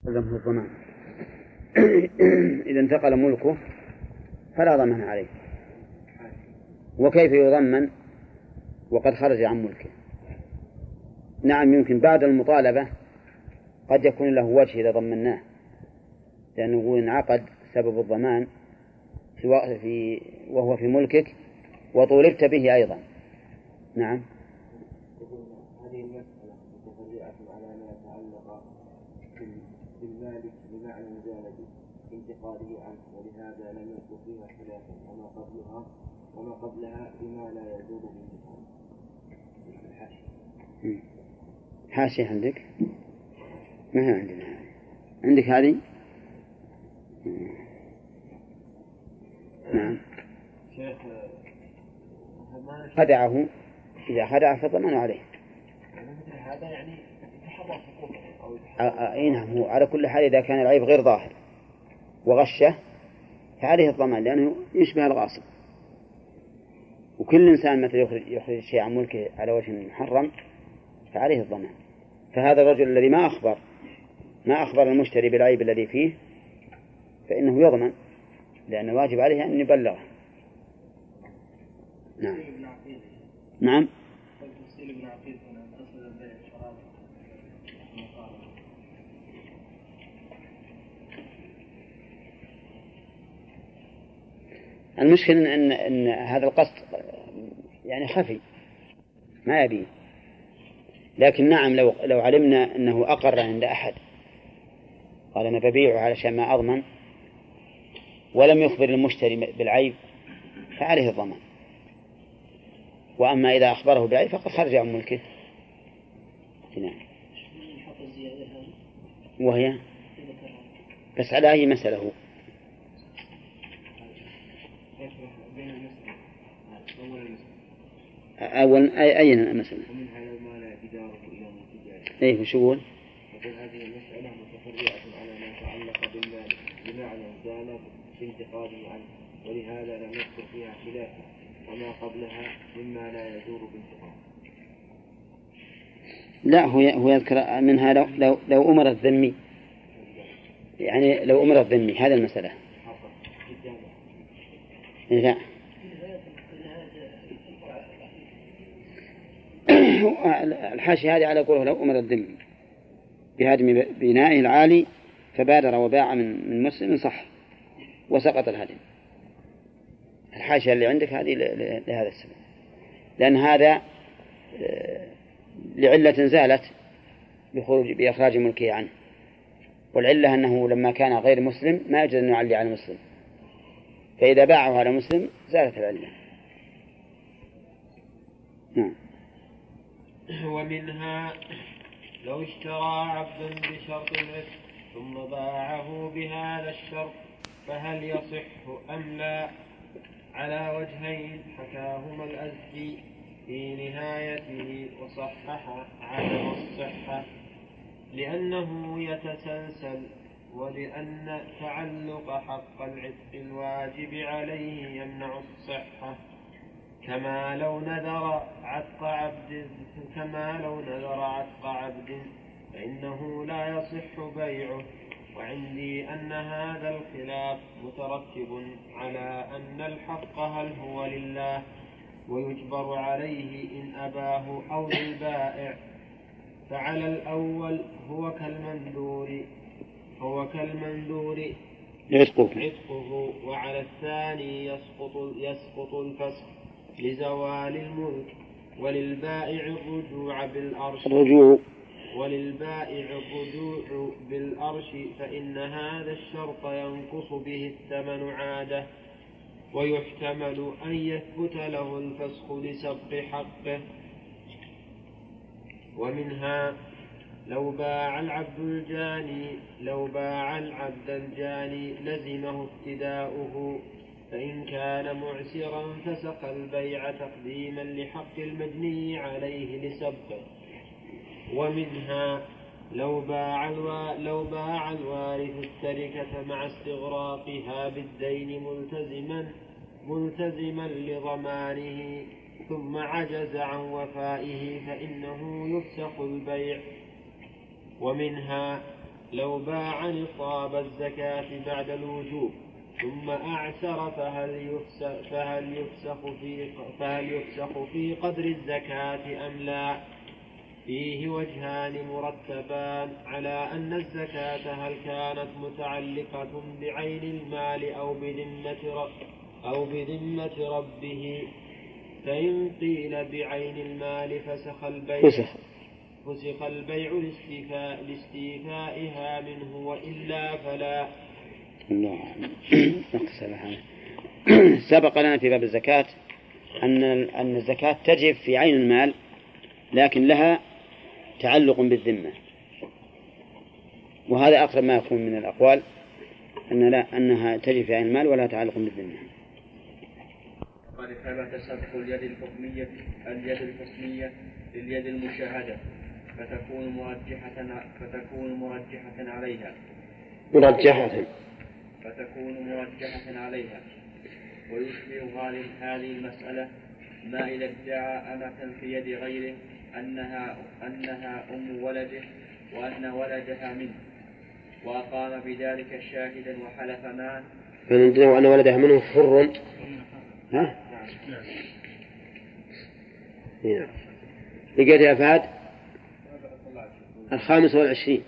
يلزمه الضمان. إذا انتقل ملكه فلا ضمان عليه. وكيف يضمن وقد خرج عن ملكه؟ نعم، يمكن بعد المطالبة قد يكون له وجه إذا ضمناه، لأنه يقول انعقد سبب الضمان وهو في ملكك وطولبت به أيضا. نعم. هذه المسألة متفرعة على ما يتعلق بالمالك بمعنى مجالده انتقاله عنه، ولهذا لم يذكر فيها خلافا وما قبلها بما لا يجوز بالانتقال. حاشية عندك؟ ما هي عندنا. عندك هذه؟ نعم. شيخ خدعه، إذا خدع فضمن عليه. هذا يعني يتحرى حقوقه أي نعم. هو على كل حال إذا كان العيب غير ظاهر وغشه فعليه الضمان، لأنه يشبه الغاصب. وكل إنسان مثل يخرج شيء عن ملكه على وجه محرم فعليه الضمان. فهذا الرجل الذي ما أخبر المشتري بالعيب الذي فيه فإنه يضمن، لأنه واجب عليه أن يبلغه. نعم. نعم. المشكلة أن هذا القصد يعني خفي ما يبيه. لكن نعم، لو علمنا أنه أقر عند أحد قال أنا ببيعه علشان ما أضمن ولم يخبر المشتري بالعيب فعليه الضمان. وأما إذا أخبره بالعيب فقد خرج عن ملكه. نعم. وهي بس على أي مسألة هو؟ أول أي مسألة؟ ومنها لو ما لا إدارة إلى ملك. إيه وش يقول؟ يقول هذه المسألة متفرعة على ما يتعلق بالمال بمعنى زال بانتقاله عنه، ولهذا لم يذكر فيها خلافا وما قبلها مما لا يدور بانتقاله. لا، هو يذكر منها لو أمر الذمي، يعني لو أمر الذمي هذا المسألة. لا. الحاشية هذه على قوله لو أمر الذمي بهدم بنائه العالي فبادر وباع من مسلم صح وسقط الهدم. الحاشية اللي عندك هذه لهذا السبب، لأن هذا لعلة زالت بإخراج ملكه عنه، والعلة أنه لما كان غير مسلم ما يجوز أن يعلي على مسلم، فإذا باعه على مسلم زالت العلة. نعم. ومنها لو اشترى عبدا بشرط العتق ثم باعه بهذا الشرط فهل يصح أم لا؟ على وجهين حكاهما الأزدي في نهايته وصحح عدم الصحة، لأنه يتسلسل، ولأن تعلق حق العتق الواجب عليه يمنع الصحة، كما لو نذر عتق عبد فإنه لا يصح بيعه. وعندي أن هذا الخلاف مترتب على أن الحق هل هو لله ويجبر عليه إن أباه أو للبائع، فعلى الأول هو كالمندور عتقه، وعلى الثاني يسقط الفسخ لزوال الملك، وللبائع الرجوع بالأرش، فإن هذا الشرط ينقص به الثمن عادة، ويحتمل أن يثبت له الفسخ لسبق حقه. ومنها لو باع العبد الجاني لزمه ابتداؤه، فإن كان معسرا فسق البيع تقديما لحق المجني عليه لسبه. ومنها لو باع الوارث التركة مع استغراقها بالدين ملتزما لضمانه ثم عجز عن وفائه فإنه يفسخ البيع. ومنها لو باع نصاب الزكاة بعد الوجوب ثم أعسر فهل يفسخ في قدر الزكاة أم لا؟ فيه وجهان مرتبان على أن الزكاة هل كانت متعلقة بعين المال أو بذمة ربه. فإن قيل بعين المال فسخ البيع لاستيفائها منه، وإلا فلا. سبق لنا في باب الزكاة أن الزكاة تجب في عين المال، لكن لها تعلق بالذمة، وهذا أقرب ما يكون من الأقوال أنها تجب في عين المال ولا تعلق بالذمة. قد ثبت سبق اليد الحسنية لليد المشاهدة فتكون مرجحة عليها. ويشبه هذه المسألة ما إذا ادعى أمة في يد غيره أنها أم ولده وأن ولدها منه، وأقام بذلك شاهدا وحلف معه، وأن ولدها منه حر. لقيت يا فهد 25.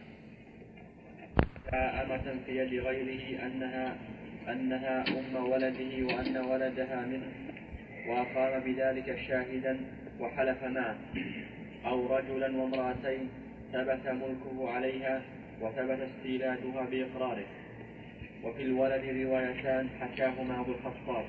أمة في يد غيره أنها أم ولده وأن ولدها منه، وأقام بذلك شاهدا وحلف معه، أو رجلا وامرأتين ثبت ملكه عليها وثبت استيلادها بإقراره. وفي الولد روايتان حكاهما أبو الخطاب،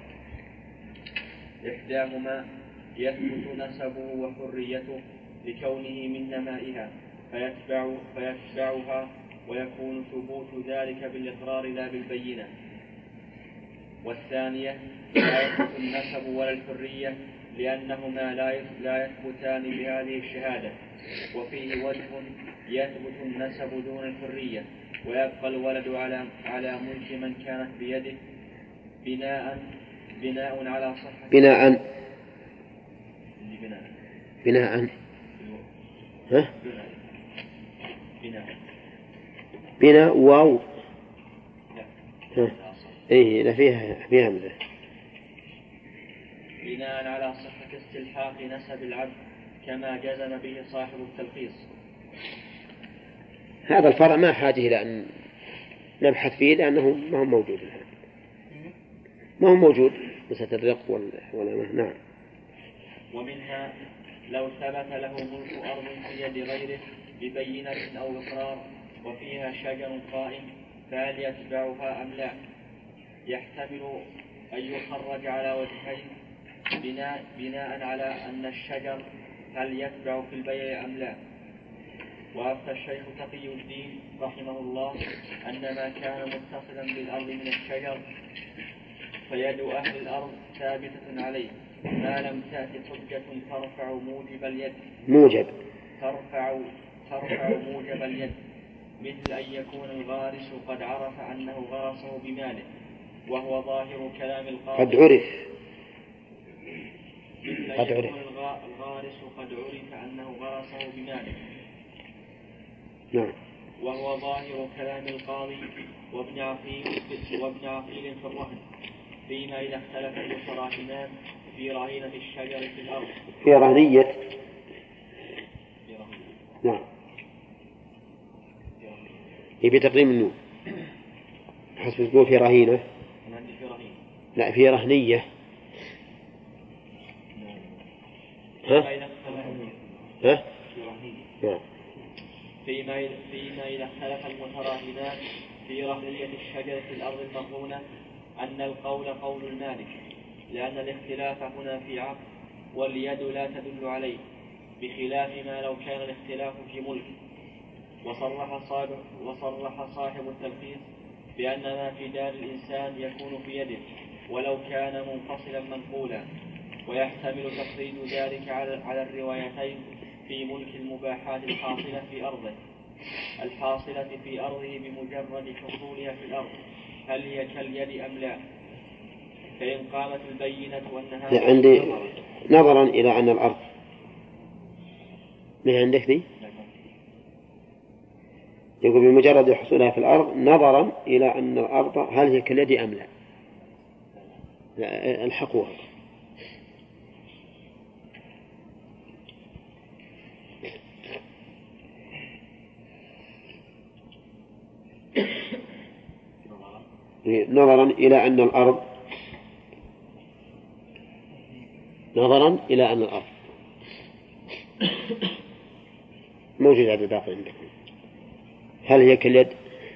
إحداهما يثبت نسبه وحريته لكونه من نمائها فيتبعها، ويكون ثبوت ذلك بالإقرار لا بالبينة. والثانية لا يثبت النسب ولا الحرية لأنهما لا يثبتان بهذه الشهادة. وفيه وجه يثبت النسب دون الحرية ويبقى الولد على ملك من كانت بيده بناء على صحة بناء واو إيه لا فيها مثل بناء على صحة استلحاق نسب العبد كما جزم به صاحب التلخيص. هذا الفرع ما حاجة إلى أن نبحث فيه لأنه ما هو موجود الآن، ما هو موجود مسألة الرق ولا نعم. ومنها لو ثبت له ملك أرض في يد غيره ببينة أو إقرار وفيها شجر قائم فهل يتبعها أم لا؟ يحتمل أن يخرج على وجهين بناء على أن الشجر هل يتبع في البيع أم لا. وأفتى الشيخ تقي الدين رحمه الله أن ما كان متصلا بالأرض من الشجر فيد أهل الأرض ثابتة عليه ما لم تأتي حجة ترفع موجب اليد مثل أن يكون الغارس قد عرف أنه غرسه بماله وهو ظاهر كلام القاضي الغارس قد عرف أنه غرسه بماله وهو ظاهر كلام القاضي وابن عقيل في الرهن فيما إذا اختلف المتراهنان في رهينة الشجر في الأرض في رهنية نعم يبي تقديم النون حسب تقول في رهينة لا في رهنية فيما إذا اختلف المتراهنان في رهنية الشجرة في الأرض المرهونة أن القول قول المالك لأن الاختلاف هنا في عقد واليد لا تدل عليه بخلاف ما لو كان الاختلاف في ملك. وصرح صاحب التلخيص بأن ما في دار الإنسان يكون في يده ولو كان منفصلا منقولا، ويحتمل تقييد ذلك على الروايتين في ملك المباحات الحاصلة في أرضه بمجرد حصولها في الأرض هل هي كاليد أم لا. فإن قامت البينة أنها عندي نظرا إلى أن الأرض ما عندك ذي يقول بمجرد حصولها في الأرض نظرا إلى أن الأرض هل هي كاليد أم لا. الحقوها. نظرا إلى أن الأرض موجود هذا الباقي عندكم. هل هي كاليد؟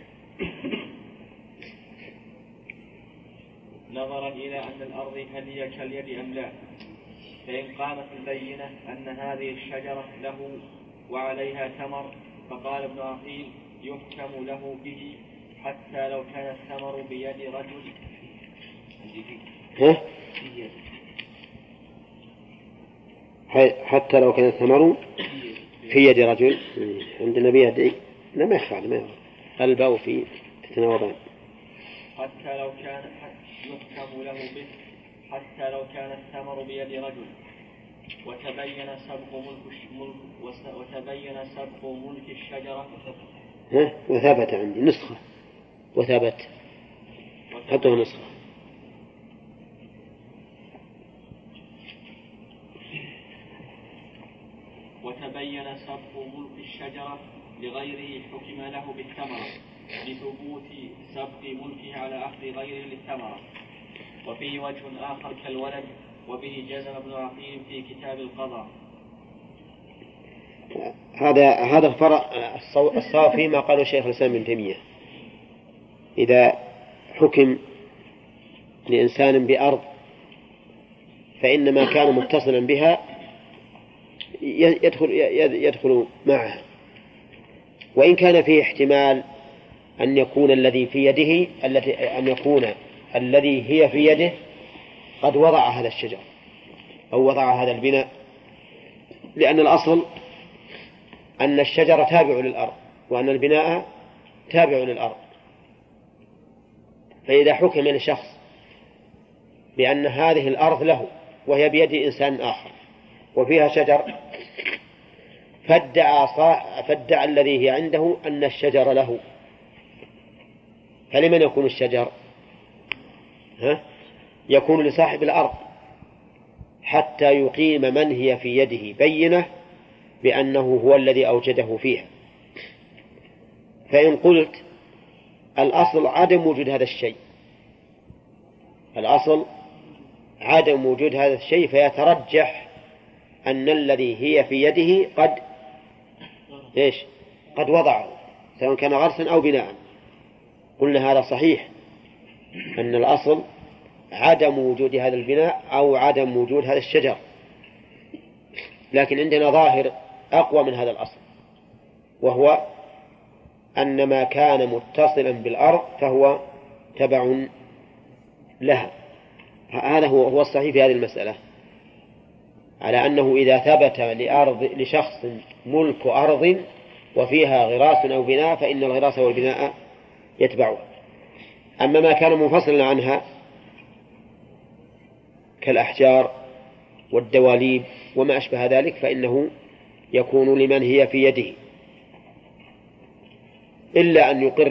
نظرا إلى أن الأرض هل هي كاليد أم لا، فإن قامت البينة أن هذه الشجرة له وعليها ثمر، فقال ابن عقيل يحكم له به حتى لو كان الثمر بيد رجل. حتى لو كان الثمر في يد رجل. عندنا بيد لا ما يخالف الباء في تتناوبان. حتى لو كان يحكم له به حتى لو كان الثمر بيد رجل وتبين سبق ملك الشجرة. وثبت عندي نسخة وثبت حطه نسخة. وتبين سبق ملك الشجرة لغيره حكم له بالثمرة لثبوت سبق ملكه على أخذ غيره للثمرة. وفيه وجه آخر كالولد، وبه جزم ابن عقيل في كتاب القضاء. هذا الفرق الصواب فيما قاله الشيخ الإسلام ابن تيمية. إذا حكم لإنسان بأرض فإن ما كان متصلا بها يدخل معها، وإن كان فيه احتمال أن يكون الذي في يده الذي هي في يده قد وضع هذا الشجر أو وضع هذا البناء، لأن الأصل أن الشجر تابع للأرض وأن البناء تابع للأرض. فإذا حكم لشخص بأن هذه الأرض له وهي بيد إنسان آخر وفيها شجر، فادعى الذي هي عنده أن الشجر له، فلمن يكون الشجر؟ يكون لصاحب الأرض حتى يقيم من هي في يده بينة بأنه هو الذي أوجده فيها. فإن قلت الأصل عدم وجود هذا الشيء، الأصل عدم وجود هذا الشيء، فيترجح أن الذي هي في يده قد وضعه سواء كان غرسا أو بناء. قلنا هذا صحيح أن الأصل عدم وجود هذا البناء أو عدم وجود هذا الشجر، لكن عندنا ظاهر أقوى من هذا الأصل، وهو أن ما كان متصلا بالأرض فهو تبع لها. هذا هو الصحيح في هذه المسألة، على أنه إذا ثبت لشخص ملك أرض وفيها غراس أو بناء فإن الغراس والبناء يتبعه. أما ما كان منفصلا عنها كالأحجار والدواليب وما أشبه ذلك فإنه يكون لمن هي في يده، إلا أن يقر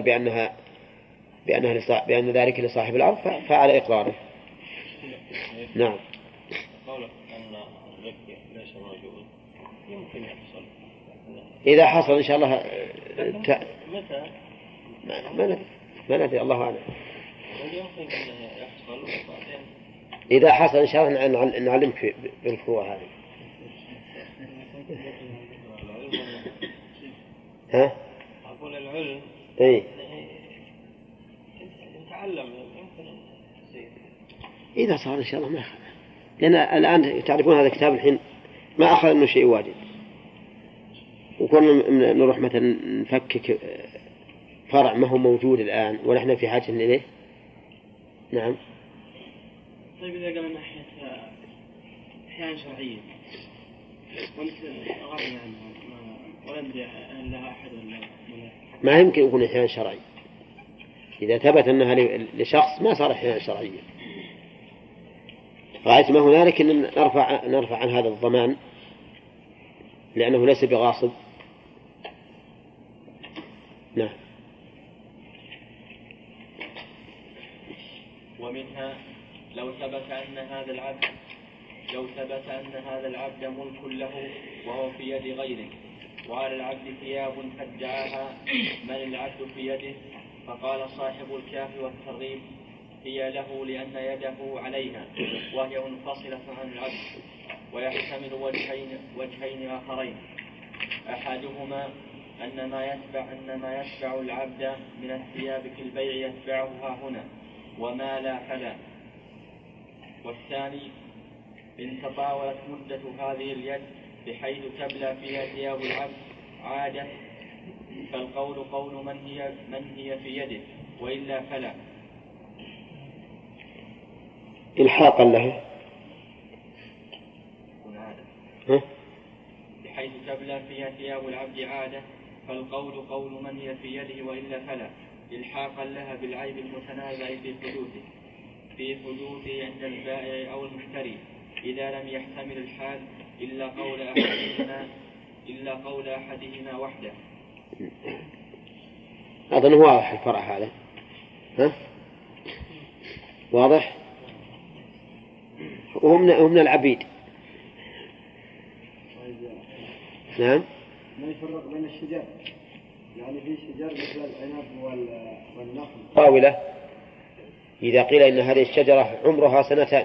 بأن ذلك لصاحب الأرض فعلى إقراره. نعم. قولك أن الذكي ليس موجود يمكن يحصل، إذا حصل إن شاء الله متى ما ندري، الله أعلم. يمكن يحصل وبعدين إذا حصل إن شاء الله نعلمك بالفروع هذه. أقول العلم نتعلم يمكن يصير إذا صار إن شاء الله ما يخالف، لأن الآن تعرفون هذا الكتاب الحين ما أخذ منه شيء واجد، وكنا نروح مثلا نفكك فرع ما هو موجود الآن ونحن في حاجة إليه. نعم. طيب إذا قال من ناحية أحيان شرعية وأنت غابنا عنها ولا ندري هل لها أحد ولا ما يمكن يكون أحيان شرعي. إذا ثبت أنها لشخص ما صار أحيان شرعية. رأيت ما هنالك أن نرفع عن هذا الضمان لأنه ليس بغاصب، نعم. ومنها لو ثبت أن هذا العبد ملك له وهو في يد غيره، وعلى العبد ثياب فادعاها من العبد في يده، فقال صاحب الكاف والترغيب هي له لأن يده عليها وهي منفصلة عن العبد، ويحتمل وجهين آخرين: أحدهما أن ما يتبع العبد من الثياب في البيع يتبعها هنا وما لا فلا، والثاني إن تطاولت مدة هذه اليد بحيث تبلى فيها ثياب العبد عادة، فالقول قول من هي في يده، وإلا فلا. إلحاقا له بحيث تبلى فيها ثياب العبد عادة، فالقول قول من هي في يده، وإلا فلا، إلحاقا لها بالعيب المتنازع في حدوثه عند البائع أو المشتري، إذا لم يحتمل الحال إلا قول أحدهما وحده. أظن واضح الفرع هذا. واضح. وهم العبيد. نعم. ما يفرق بين الشجر، يعني في شجر مثل العنب والنخل. طاولة إذا قيل إن هذه الشجرة عمرها 2 سنين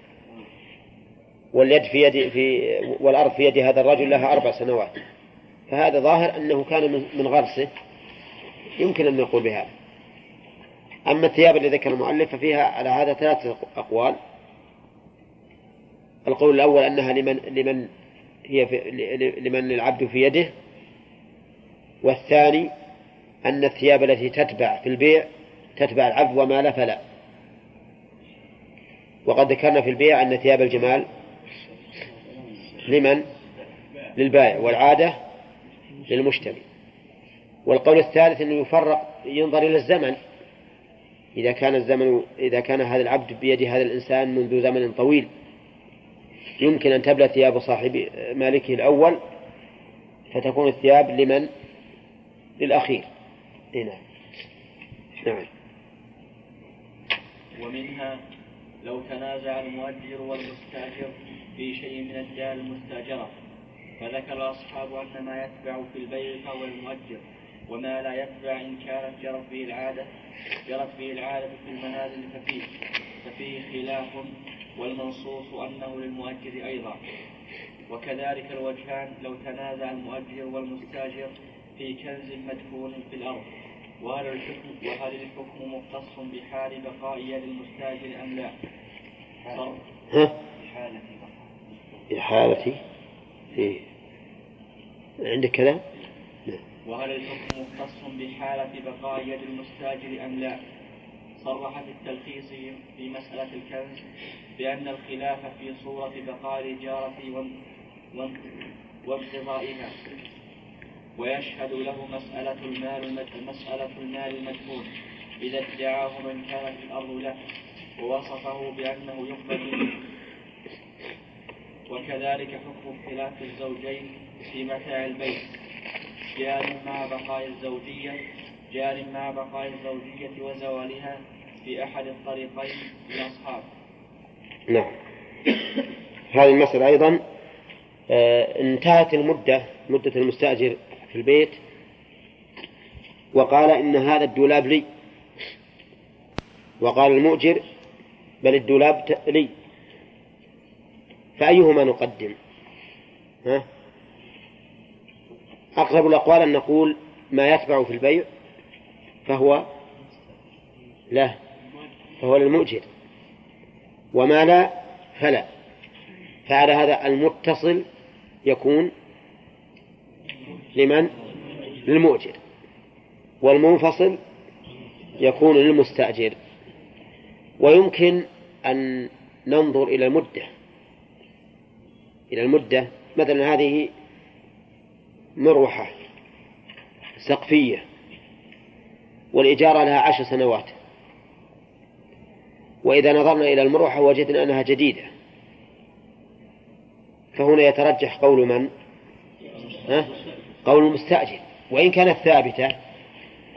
واليد والأرض في يد هذا الرجل لها 4 سنوات، فهذا ظاهر أنه كان من غرسه، يمكن أن نقول بهذا. أما الثياب اللي ذكر المؤلف ففيها على هذا 3 أقوال. القول الأول أنها لمن العبد في يده، والثاني أن الثياب التي تتبع في البيع تتبع العبد وما لا فلا. وقد ذكرنا في البيع أن ثياب الجمال للبائع والعادة للمشتري. والقول الثالث أنه يفرق، ينظر إلى الزمن، إذا كان هذا العبد بيد هذا الإنسان منذ زمن طويل يمكن أن تبلى ثياب صاحب مالكه الأول، فتكون الثياب للأخير. نعم. ومنها لو تنازع المؤجر والمستأجر في شيء من الدار المستأجرة، فذكر الأصحاب أن ما يتبع في البيع فهو المؤجر، وما لا يتبع إن كانت جرت به العادة في المنازل ففيه خلاف، والمنصوص أنه للمؤجر أيضا. وكذلك الوجهان لو تنازع المؤجر والمستأجر في كنز مدفون في الأرض، وهل الحكم مختص بحال بقاء يد المستأجر أم لا؟ بحالة عندك كلام؟ وهل الحكم مختص بحالة بقاء يد المستأجر أم لا؟ صرح في التلخيص في مسألة الكنز بأن الخلاف في صورة بقاء الإجارة وانقضائها، ويشهد له مسألة المال المدفون إذا ادعاه من كانت الأرض له ووصفه بأنه يقبل منه. وكذلك حكم اختلاف الزوجين في متاع البيت جار مع بقاء الزوجية وزوالها في أحد الطريقين للأصحاب. نعم. هذه المسألة أيضا انتهت مدة المستأجر في البيت، وقال إن هذا الدولاب لي، وقال المؤجر بل الدولاب لي، فأيهما نقدم؟ أقرب الأقوال أن نقول ما يتبع في البيع فهو للمؤجر، وما لا فلا. فعلى هذا المتصل يكون للمؤجر، والمنفصل يكون للمستأجر. ويمكن أن ننظر إلى المدة. مثلا هذه مروحة سقفية والإجارة لها 10 سنوات، وإذا نظرنا إلى المروحة وجدنا أنها جديدة، فهنا يترجح قول من؟ قول المستأجر، وإن كانت ثابتة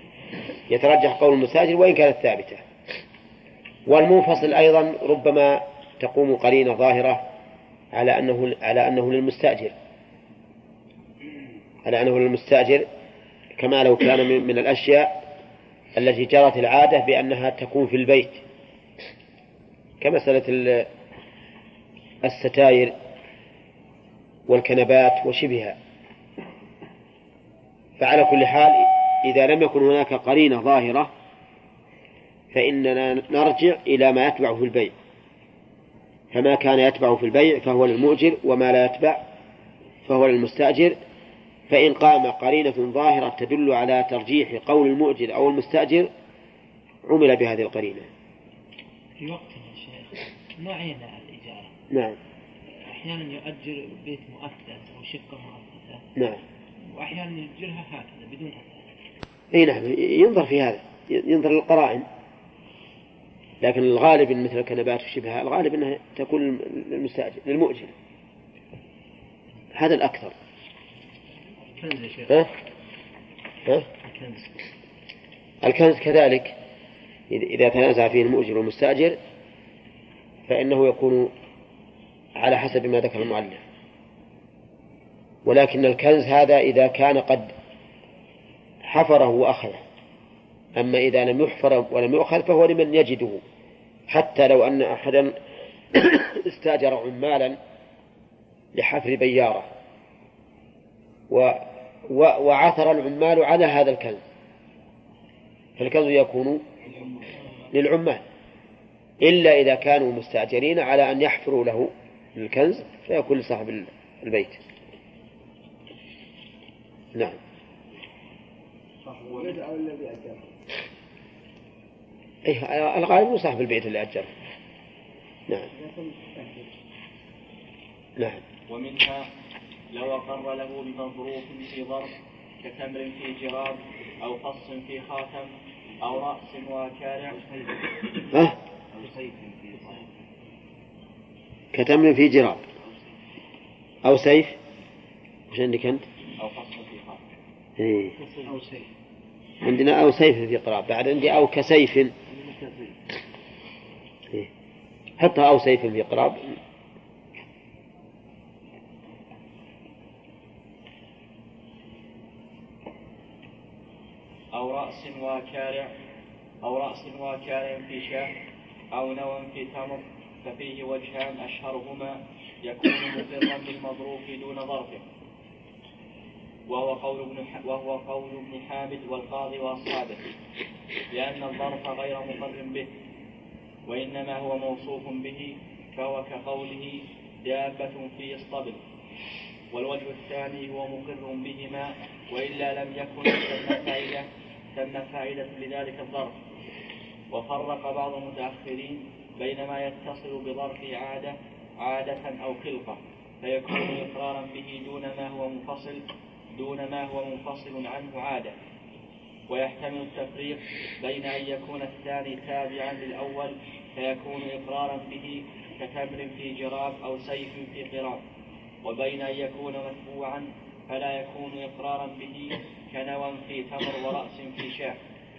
يترجح قول المستأجر وإن كانت ثابتة. والمنفصل أيضا ربما تقوم قرينة ظاهرة على أنه للمستأجر كما لو كان من الأشياء التي جرت العادة بأنها تكون في البيت، كمسألة الستائر والكنبات وشبهها. فعلى كل حال إذا لم يكن هناك قرينة ظاهرة فإننا نرجع إلى ما يتبع في البيع، فما كان يتبع في البيع فهو للمؤجر، وما لا يتبع فهو للمستأجر. فإن قام قرينة ظاهرة تدل على ترجيح قول المؤجر أو المستأجر عمل بهذه القرينة. في وقت يا شيخ نوعين الإجارة. نعم. أحيانا يؤجر بيت مؤثث أو شقة مؤثثة. نعم. وأحيانا يؤجرها هكذا بدون أثاث. أي نعم، ينظر في هذا، ينظر للقرائن، لكن الغالب مثل الكنبات وشبهها الغالب أنها تكون للمستأجر للمؤجر، هذا الأكثر. الكنز يا شيخ. الكنز كذلك إذا تنازع فيه المؤجر والمستأجر فإنه يكون على حسب ما ذكر المؤلف، ولكن الكنز هذا إذا كان قد حفره وأخذه، أما إذا لم يحفر ولم يؤخذ فهو لمن يجده، حتى لو أن أحدا استأجر عمالا لحفر بيارة وعثر العمال على هذا الكنز، فالكنز يكون للعمال، إلا إذا كانوا مستأجرين على أن يحفروا له الكنز فيكون لصاحب البيت. نعم. أيه الغالب هو صاحب البيت اللي أجره. نعم. نعم. ومنها لو أقر له بمظروف في ظرف كتمر في جراب أو فص في خاتم أو رأس وكارع. كتمر في جراب أو سيف. وش عندك أنت؟ أو فص في خاتم. إيه. أو سيف. عندنا أو سيف في قراب، بعد عندي أو كسيف. إيه. حطها أو سيف في قراب. أو رأس وكارع في شاة أو نوى في تمر، ففيه وجهان أشهرهما يكون مقرا بالمظروف دون ظرفه، وهو قول ابن حامد والقاضي وأصحابه، لأن الظرف غير مقر به وإنما هو موصوف به، فهو كقوله دابة في اسطبل. والوجه الثاني هو مقر بهما وإلا لم يكن تم فائدة لذلك الظرف. وفرق بعض المتأخرين بين ما يتصل بظرف عادة أو خلقة فيكون إقرارا به دون ما هو منفصل عنه عادة. ويحتمل التفريق بين أن يكون الثاني تابعا للأول فيكون إقرارا به كتمر في جراب أو سيف في قراب، وبين أن يكون متبوعا فلا يكون إقرارا به كنوى في تمر ورأس في شاة.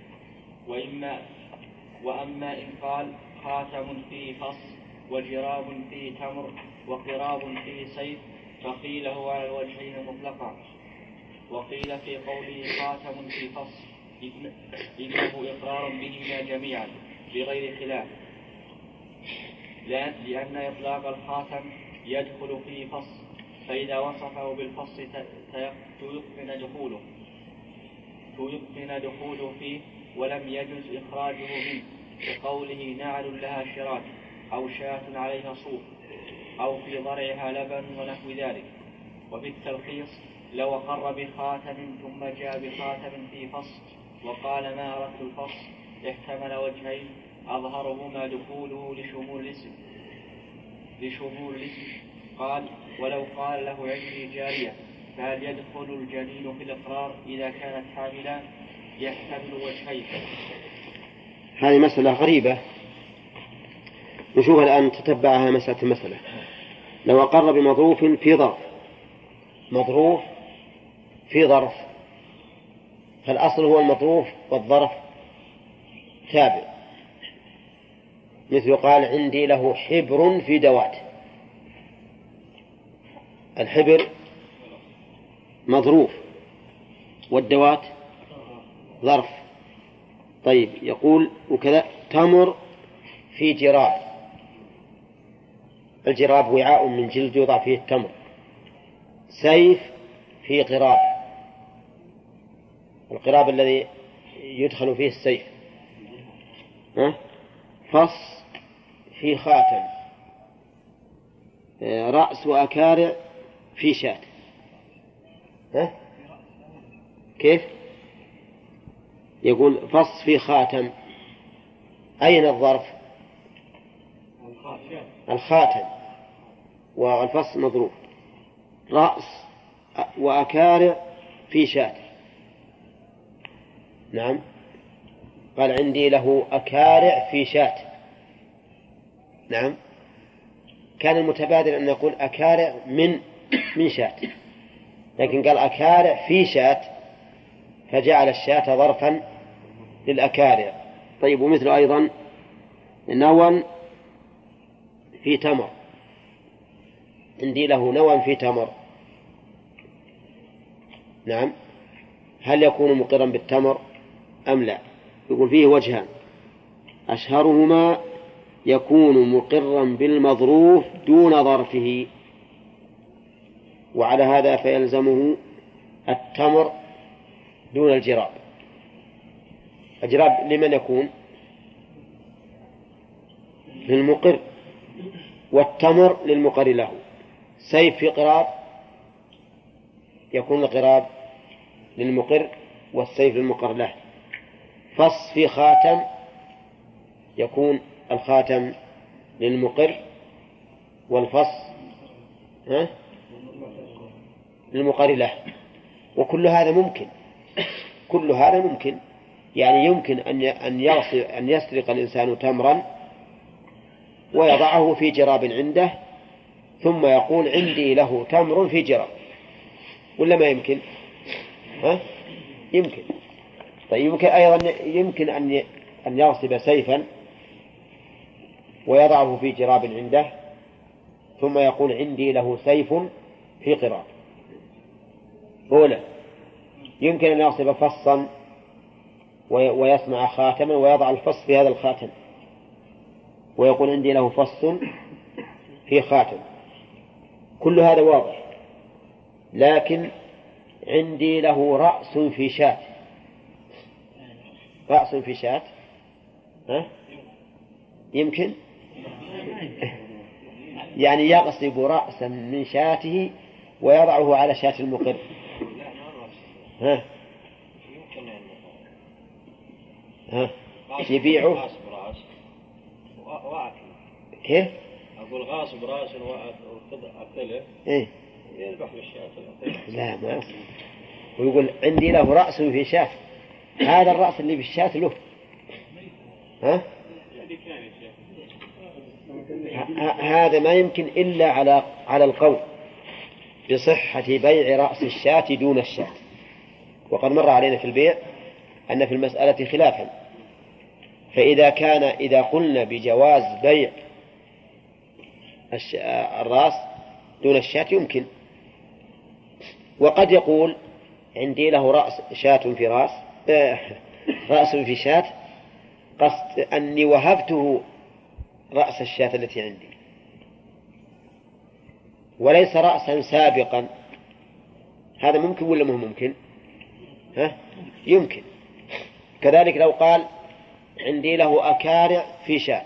وأما إن قال خاتم في فص وجراب في تمر وقراب في سيف فقيل هو على الوجهين مطلقا، وقيل في قوله خاتم في فص إنه إقرار بهما جميعا بغير خلاف، لأن إطلاق الخاتم يدخل في فص، فإذا وصفه بالفص تيقن دخوله فيه ولم يجز إخراجه منه، كقوله نعل لها شراك أو شاة عليها صوف أو في ضرعها لبن ونحو ذلك. وفي التلخيص لو أقر بخاتم ثم جاء بخاتم في فص وقال ما أردت الفص احتمل وجهين، أظهرهما دخوله لشمول الاسم. قال ولو قال له عندي جارية فهل يدخل الجنين في الإقرار إذا كانت حاملا؟ يحتمل وجهين. هذه مسألة غريبة، نشوف الآن تتبعها مسألة. لو أقر بمظروف في ظرف، مظروف في ظرف، فالأصل هو المظروف والظرف تابع، مثل قال عندي له حبر في دوات. الحبر مظروف والدوات ظرف. طيب يقول وكذا تمر في جراب. الجراب وعاء من جلد يوضع فيه التمر. سيف في قراب، القراب الذي يدخل فيه السيف. فص في خاتم. رأس وأكارع في شاة. كيف؟ يقول فص في خاتم. أين الظرف؟ الخاتم والفص مضروب. رأس وأكارع في شاة. نعم، قال عندي له أكارع في شاة. نعم، كان المتبادل أن يقول أكارع من شاة، لكن قال أكارع في شاة فجعل الشاة ظرفا للأكارع. طيب ومثل أيضا نوى في تمر. عندي له نوى في تمر. نعم، هل يكون مقرا بالتمر أم لا؟ يقول فيه وجهان، أشهرهما يكون مقرا بالمظروف دون ظرفه، وعلى هذا فيلزمه التمر دون الجراب. الجراب لمن يكون؟ للمقر، والتمر للمقر له. سيف في قراب يكون القراب للمقر والسيف للمقر له. فص في خاتم يكون الخاتم للمقر والفص للمقر له. وكل هذا ممكن، كل هذا ممكن. يعني يمكن أن يسرق الإنسان تمرا ويضعه في جراب عنده ثم يقول عندي له تمر في جراب، ولا ما يمكن؟ يمكن. طيب يمكن أيضا يمكن أن يغصب سيفا ويضعه في جراب عنده ثم يقول عندي له سيف في قراب. أولا يمكن أن يغصب فصا ويصنع خاتما ويضع الفص في هذا الخاتم ويقول عندي له فص في خاتم. كل هذا واضح. لكن عندي له رأس في شاة. رأس في شاة يمكن يعني يغصب رأسا من شاته ويضعه على شاة المقر. يبيعه كيف؟ أقول غاصب رأس وأكله يذبح بالشاة. لا ما أصل. ويقول عندي له رأس في شاة. هذا الرأس اللي في الشاة له هذا ما يمكن إلا على القول بصحة بيع رأس الشاة دون الشاة. وقد مر علينا في البيع أن في المسألة خلافا، إذا قلنا بجواز بيع الرأس دون الشاة يمكن. وقد يقول عندي له رأس شاة في رأس في شاة، قصد أني وهبته رأس الشاة التي عندي وليس رأسا سابقا. هذا ممكن ولا مو ممكن؟ يمكن. كذلك لو قال عندي له أكارع في شاة،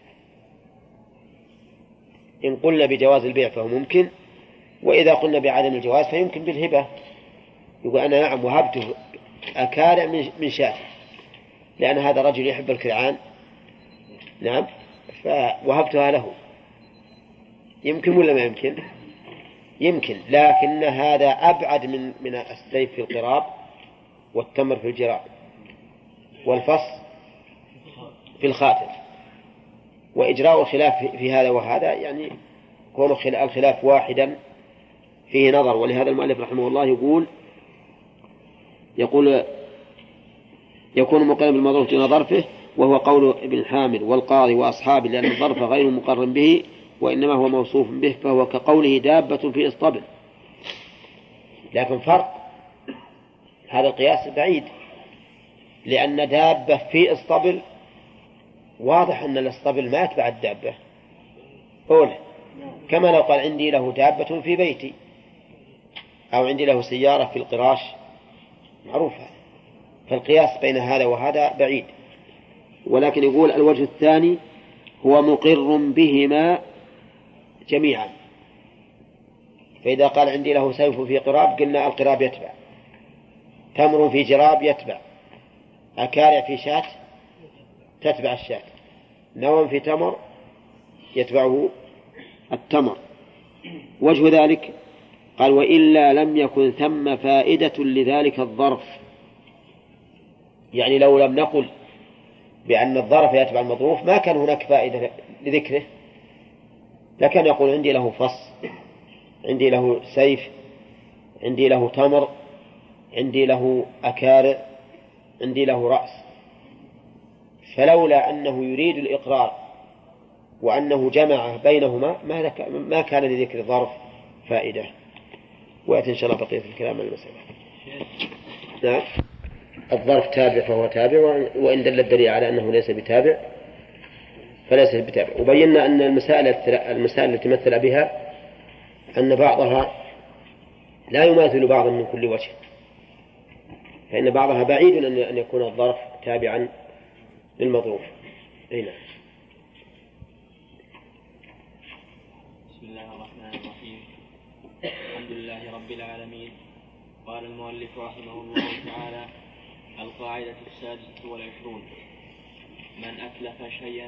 إن قلنا بجواز البيع فهو ممكن، وإذا قلنا بعدم الجواز فيمكن بالهبة. يقول أنا نعم وهبته أكارع من شاة لأن هذا رجل يحب الكرعان، نعم فوهبتها له. يمكن ولا ما يمكن؟ يمكن. لكن هذا أبعد من السيف في القراب والتمر في الجراب والفص في الخاتم. وإجراء الخلاف في هذا وهذا يعني كون الخلاف واحدا فيه نظر. ولهذا المؤلف رحمه الله يقول يكون مقرنا بالمظروف دون ظرفه وهو قول ابن الحامل والقاضي وأصحابه، لأن الظرف غير مقر به وإنما هو موصوف به، فهو كقوله دابة في إسطبل. لكن فرق، هذا القياس بعيد، لأن دابة في إسطبل واضح أن الإسطبل ما يتبع الدابة أولى، كما لو قال عندي له دابة في بيتي أو عندي له سيارة في القراش، معروفة. فالقياس بين هذا وهذا بعيد. ولكن يقول الوجه الثاني هو مقر بهما جميعا. فإذا قال عندي له سيف في قراب قلنا القراب يتبع، تمر في جراب يتبع، أكارع في شاة تتبع الشاة، نوم في تمر يتبعه التمر. وجه ذلك قال وإلا لم يكن ثم فائدة لذلك الظرف، يعني لو لم نقل بأن الظرف يتبع المظروف ما كان هناك فائدة لذكره، لكن يقول عندي له فص، عندي له سيف، عندي له تمر، عندي له أكارع، عندي له رأس. فلولا أنه يريد الإقرار وأنه جمع بينهما ما كان لذكر الظرف فائدة. ويأتي إن شاء الله بقية الكلام عن المسألة. نعم. الظرف تابع فهو تابع، وإن دل الدليل على أنه ليس بتابع فليس بتابع. وبينا أن المسائل التي مثل بها أن بعضها لا يماثل بعضا من كل وجه، فإن بعضها بعيد أن يكون الظرف تابعا للمظروف. هنا بسم الله الرحمن الرحيم. الحمد لله رب العالمين. قال المؤلف رحمه الله تعالى: القاعدة 26: من أتلف شيئا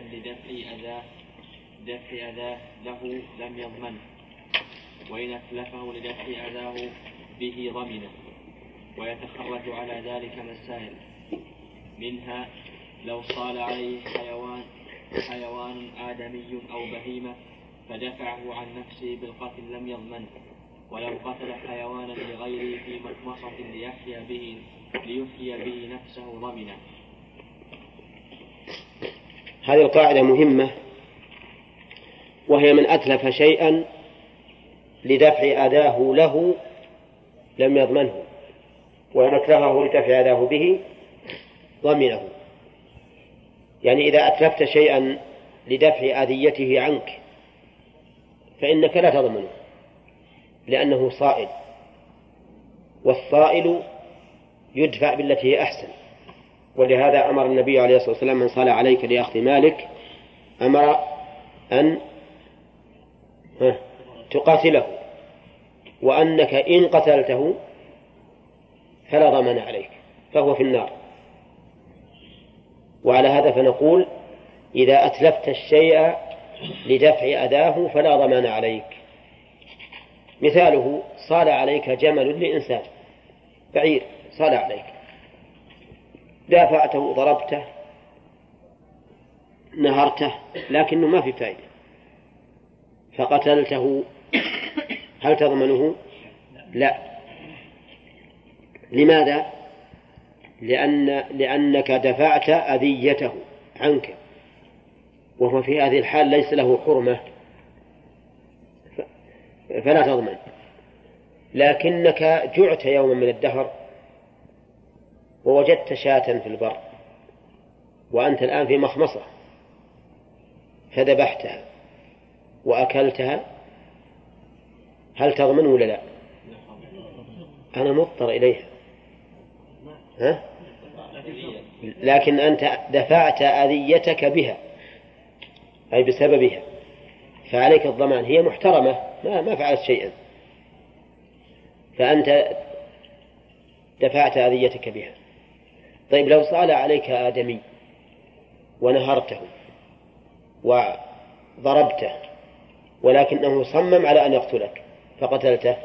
لدفع أذاه له لم يضمنه، وإن أتلفه لدفع أذاه به ضمنه. ويتخرج على ذلك مسائل، منها لو صال عليه حيوان آدمي أو بهيمة فدفعه عن نفسه بالقتل لم يضمنه، ولو قتل حيوانا لغيره في مخمصة ليحيي به نفسه ضمنه. هذه القاعدة مهمة، وهي من أتلف شيئا لدفع أذاه له لم يضمنه، وإن أتلفه لدفع أذاه به ضمنه. يعني إذا أتلفت شيئا لدفع أذيته عنك فإنك لا تضمنه، لأنه صائل، والصائل يدفع بالتي هي أحسن. ولهذا أمر النبي عليه الصلاة والسلام من صال عليك لأخذ مالك أمر أن تقاتله، وأنك إن قتلته فلا ضمان عليك فهو في النار. وعلى هذا فنقول إذا أتلفت الشيء لدفع أذاه فلا ضمان عليك. مثاله: صال عليك جمل لإنسان، بعير صال عليك، دافعته، ضربته، نهرته، لكنه ما في فائدة، فقتلته، هل تضمنه؟ لا. لماذا؟ لأنك دفعت أذيته عنك، وهو في هذه الحال ليس له حرمة فلا تضمن. لكنك جعت يوما من الدهر ووجدت شاة في البر وأنت الآن في مخمصة فذبحتها وأكلتها، هل تضمن ولا لا؟ أنا مضطر إليها، لكن أنت دفعت أذيتك بها أي بسببها، فعليك الضمان. هي محترمة ما فعلت شيئا، فأنت دفعت أذيتك بها. طيب لو صال عليك آدمي ونهرته وضربته ولكنه صمم على أن يقتلك فقتلته،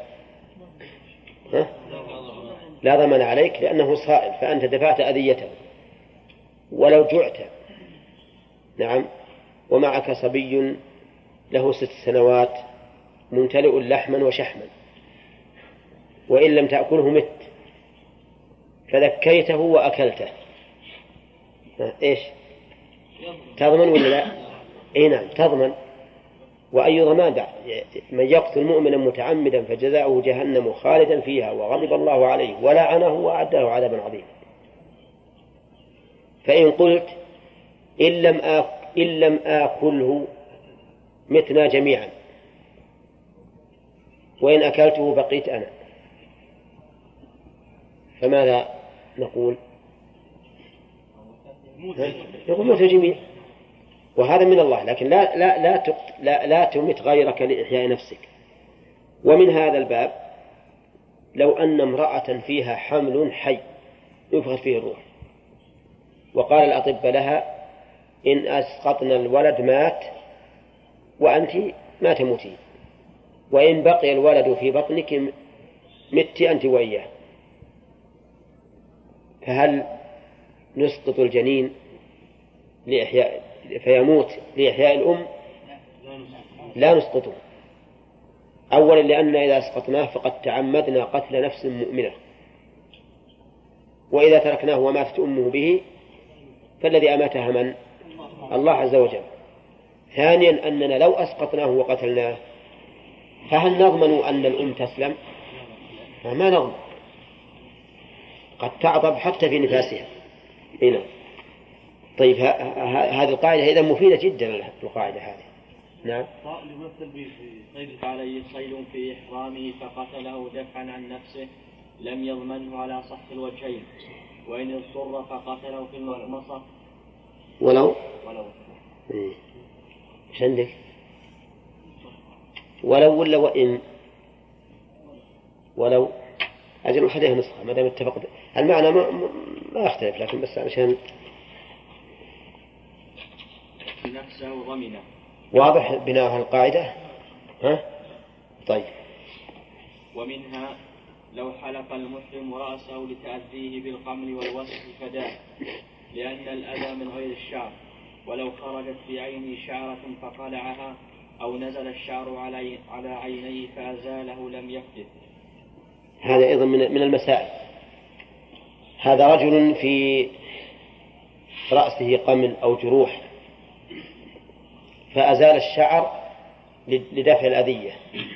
لا ضمان عليك لأنه صائل، فأنت دفعت أذيته. ولو جعت، نعم، ومعك صبي له 6 سنوات ممتلئ لحما وشحما، وإن لم تأكله مت، فذكيته وأكلته، إيش؟ تضمن ولا لا؟ اي نعم تضمن. وأي ضمان بعد؟ من يقتل مؤمنا متعمدا فجزاؤه جهنم خالدا فيها وغضب الله عليه ولعنه وأعد له عذابا عظيما. فإن قلت إن لم آكله متنا جميعا، وإن أكلته بقيت أنا، فماذا نقول؟ نقول موت الجميع، وهذا من الله، لكن لا تمت غيرك لإحياء نفسك. ومن هذا الباب لو أن امرأة فيها حمل حي يفقد فيه الروح، وقال الأطباء لها إن أسقطنا الولد مات وأنت ما تموتين، وإن بقي الولد في بطنك مت أنت وإياه، فهل نسقط الجنين فيموت لإحياء الأم؟ لا نسقطه. أولا لأن إذا أسقطناه فقد تعمدنا قتل نفس مؤمنة، وإذا تركناه وماتت أمه به فالذي أماتها من؟ الله عز وجل. ثانيا أننا لو أسقطناه وقتلناه فهل نضمن أن الأم تسلم؟ ما نضمن، قد تعضب حتى في نفاسها. هنا طيب هذه القاعدة إذا مفيدة جدا القاعدة هذه. نعم. عليه صيد في إحرامه فقتله دفعا عن نفسه لم يضمنه على صح الوجهين، وإن اضطر فقتله في المخمصة ولو إيش عندك؟ ولو ولا وإن؟ ولو أجل أحدها نسخة ما دام اتفقت المعنى ما يختلف، لكن بس عشان نفسه ضمنه. واضح بناء القاعدة. ها؟ طيب. ومنها لو حلق المحرم رأسه لتأذيه بالقمل والوسخ فداه، لأن الأذى من غير الشعر، ولو خرجت في عينه شعرة فقلعها أو نزل الشعر على عينيه فأزاله لم يفتد. هذا أيضا من المسائل. هذا رجل في رأسه قمل أو جروح فأزال الشعر لدفع الأذية،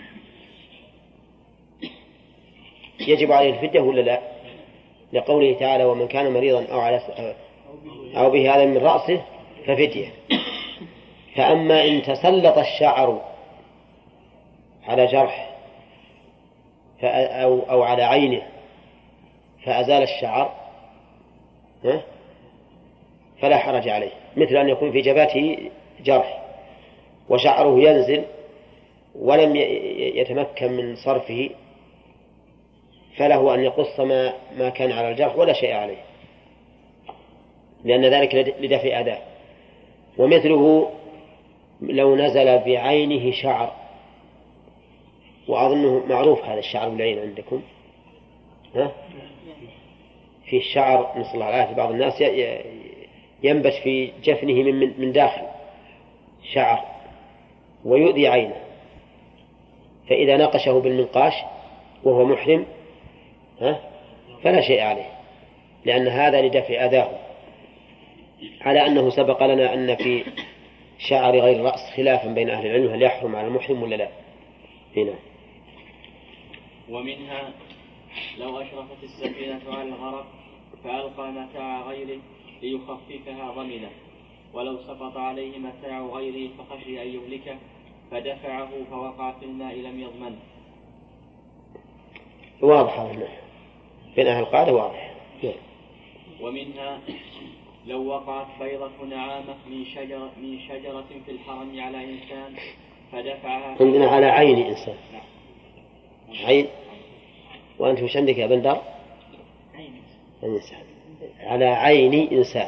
يجب عليه الفدية ولا لا؟ لقوله تعالى ومن كان مريضا أو به أذى من رأسه ففدية. فأما إن تسلط الشعر على جرح أو على عينه فأزال الشعر فلا حرج عليه، مثل أن يكون في جبهته جرح وشعره ينزل ولم يتمكن من صرفه، فله أن يقص ما كان على الجرح ولا شيء عليه، لأن ذلك لدفع أذاه. ومثله لو نزل بعينه شعر، وأظنه معروف هذا الشعر بالعين عندكم، في الشعر نسأل الله العافية بعض الناس ينبت في جفنه من داخل شعر ويؤذي عينه، فإذا ناقشه بالمنقاش وهو محرم فلا شيء عليه، لأن هذا لدفع أذاه، على أنه سبق لنا أن في شعر غير الرأس خلافا بين أهل العلم هل يحرم على المحرم ولا لا. هنا. ومنها لو أشرفت السفينة على الغرق فألقى متاع غيره ليخففها ضمنه، ولو سقط عليه متاع غيره فخشي أن يهلكه فدفعه فوقع في الماء لم يضمنه. واضح هذا بين أهل القاعدة واضح. ومنها لو وقعت بيضة نعامة من شجرة في الحرم على إنسان فدفعها عندنا على عين إنسان. عين. وأنت وش عندك يا بندر؟ عين إنسان. على عين إنسان.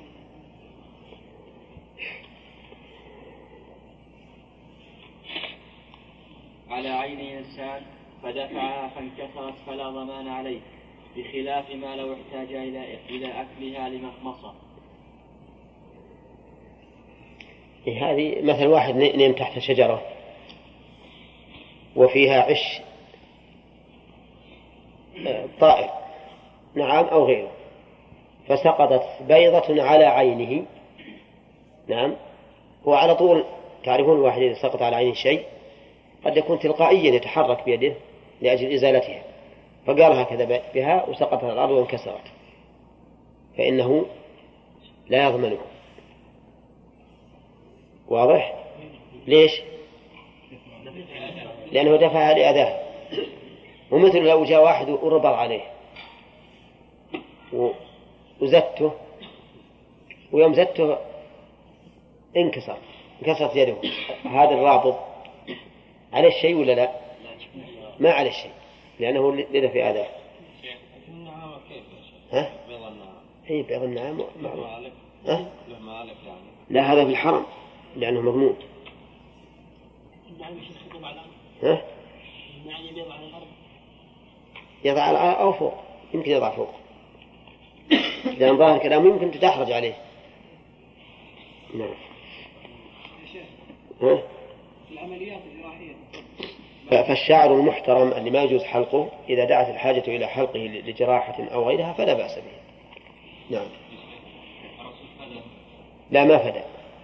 على عين إنسان فدفعها فانكسرت فلا ضمان عليه، بخلاف ما لو احتاج إلى أكلها لمخمصة. هذه مثل واحد نيم تحت شجرة وفيها عش طائر نعم أو غيره، فسقطت بيضة على عينه نعم. هو على طول تعرفون الواحد إذا سقط على عينه شيء قد يكون تلقائيا يتحرك بيده لأجل إزالتها، فقال هكذا بها وسقط على الأرض وانكسرت، فإنه لا يضمنه. واضح؟ ليش؟ لأنه دفعها لأذاه. ومثل لو جاء واحد وربط عليه وزدته، ويوم زدته انكسرت يده، هذا الرابط عليه الشيء ولا لا؟ ما عليه الشيء، لأنه لدى في أذاه. ها؟ هي بيض النعام ها؟ لا، هذا في الحرم لأنه مضمون. ها؟ يضع على الأرض أو فوق، يمكن يضع فوق، لأن ظاهر كلامه يمكن تدحرج عليه. نعم. ها؟ العمليات الجراحية. فالشعر المحترم اللي ما يجوز حلقه إذا دعت الحاجة إلى حلقه لجراحة أو غيرها فلا بأس به. نعم. لا، ما فدى.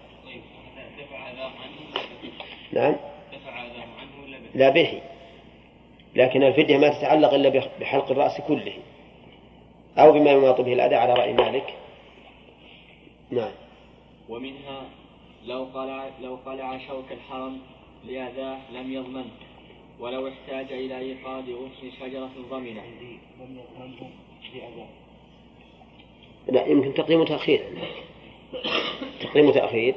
نعم. لا به، لكن الفدية ما تتعلق إلا بحلق الرأس كله أو بما يماط به الأذى على رأي مالك. نعم. ومنها لو قلع شوك الحرم لأذاه لم يضمن، ولو احتاج إلى إيقاد غصن شجرة ضمنه. لا، يمكن تقديم وتأخير. تقديم وتأخير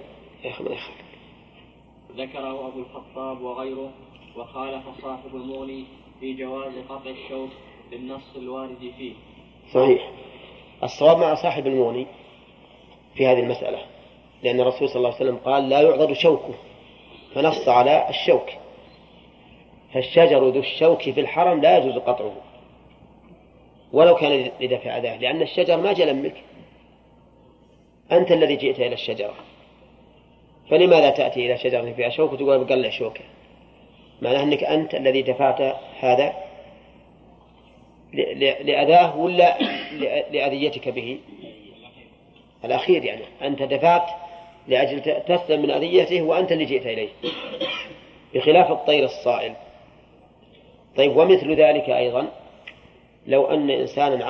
ذكره أبو الخطاب وغيره، وخالف صاحب المغني في جواز قطع الشوك بالنص الوارد فيه. صحيح. الصواب مع صاحب المغني في هذه المسألة، لأن الرسول صلى الله عليه وسلم قال لا يعضد شوكه، فنص على الشوك. فالشجر ذو الشوك في الحرم لا يجوز قطعه ولو كان لدفع أذاه، لأن الشجر ما جاء منك، أنت الذي جئت إلى الشجرة، فلماذا تأتي إلى شجرة فيها شوك وتقول بقلع شوكه؟ معناه أنك أنت الذي دفعت هذا لأذاه ولا لأذيتك به؟ الأخير، يعني أنت دفعت لأجل تسلم من أذيته وأنت اللي جئت إليه، بخلاف الطير الصائل. طيب، ومثل ذلك أيضا لو أن إنسانا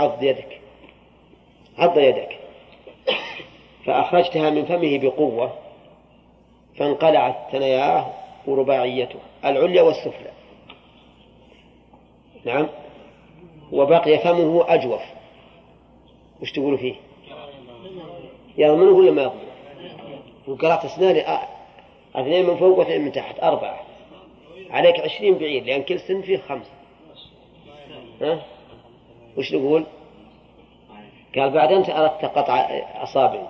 عض يدك فأخرجتها من فمه بقوة فانقلعت ثناياه ورباعيته العليا والسفلى، نعم، وبقي فمه أجوف، وش تقول فيه؟ يضمنه ولا ما يضمنه؟ وقرأت اثنين من فوق واثنين من تحت 4، عليك 20 بعير، لأن كل سن فيه 5. ها؟ وش نقول؟ قال بعد أنت أردت قطع أصابعي،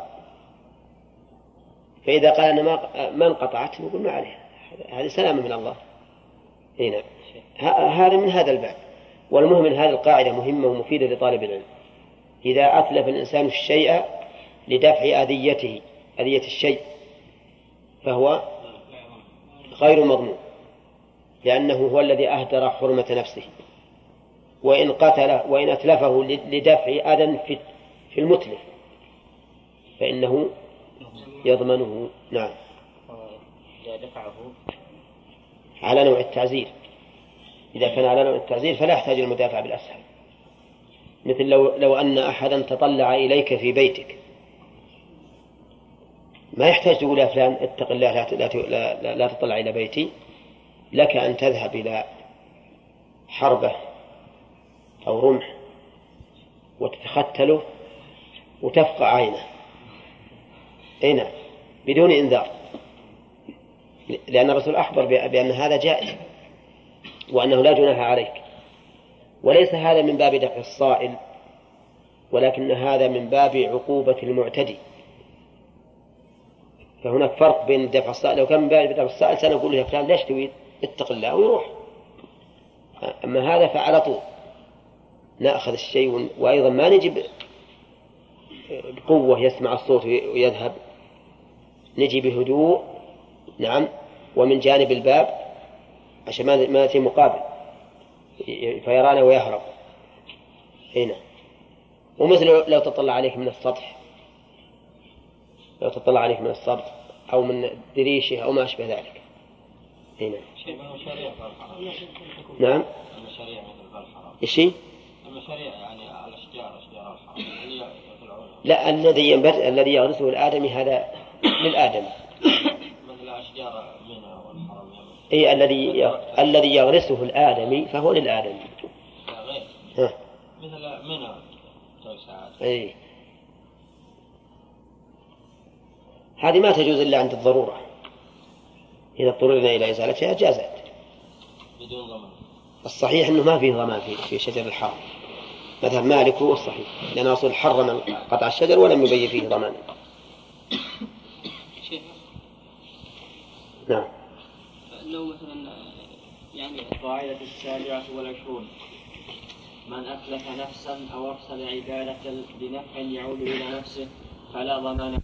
فإذا قال أنا ما انقطعت نقول ما عليه، هذه سلامة من الله. هنا هذا من هذا الباب. والمهم من هذه القاعدة مهمة ومفيدة لطالب العلم: إذا أتلف الإنسان الشيء لدفع أذية الشيء فهو غير مضمون، لأنه هو الذي أهدر حرمة نفسه. وإن أتلفه لدفع أذى في المتلف فإنه يضمنه. نعم. إذا دفعه على نوع التعزير، إذا كان على نوع التعزير فلا يحتاج المدافع بالأسهل. مثل لو أن أحدا تطلع إليك في بيتك، ما يحتاج تقول يا فلان اتق الله لا تطلع إلى بيتي، لك أن تذهب إلى حربة أو رمح وتتختله وتفقع عينه، نعم، بدون إنذار، لأن الرسول أخبر بأن هذا جائز وأنه لا جناح عليك. وليس هذا من باب دفع الصائل، ولكن هذا من باب عقوبة المعتدي. فهناك فرق بين دفع الصائل. لو كان من باب دفع الصائل سنقول يا فلان ليش تريد؟ اتق الله ويروح. أما هذا فعلى طول نأخذ الشيء، وأيضا ما نجي بقوة يسمع الصوت ويذهب، نجي بهدوء، نعم، ومن جانب الباب عشان ما يأتي مقابل فيرانا ويهرب. هنا ومثل لو تطلع عليك من السطح لو تطلع عليه من الصرف أو من دريشه أو ما أشبه ذلك. هنا نعم المشاريع مثل الحرام. إيشي؟ المشاريع يعني على أشجار الحرام اللي يطلعون. لا، الذي يغرسه الآدمي هذا للآدم. مثل أشجار منى والحرام. إيه الذي يغرسه الآدمي فهو للآدمي. لا غير. ها. مثل منى توسعات. إيه. هذه ما تجوز إلا عند الضرورة، إذا اضطررنا إلى إزالتها جازت بدون ضمان. الصحيح أنه ما فيه ضمان في شجر الحرام، مذهب مالك هو الصحيح، لأن الرسول حرم قطع الشجر ولم يبين فيه ضمان. نعم. لو مثلا يعني القاعدة 27 من أتلف نفسا أو أرسل عبادة بنفع يعود إلى نفسه فلا ضمان.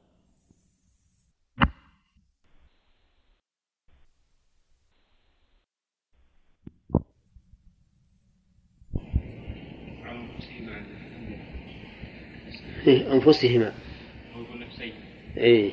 أنفسهما. إيه.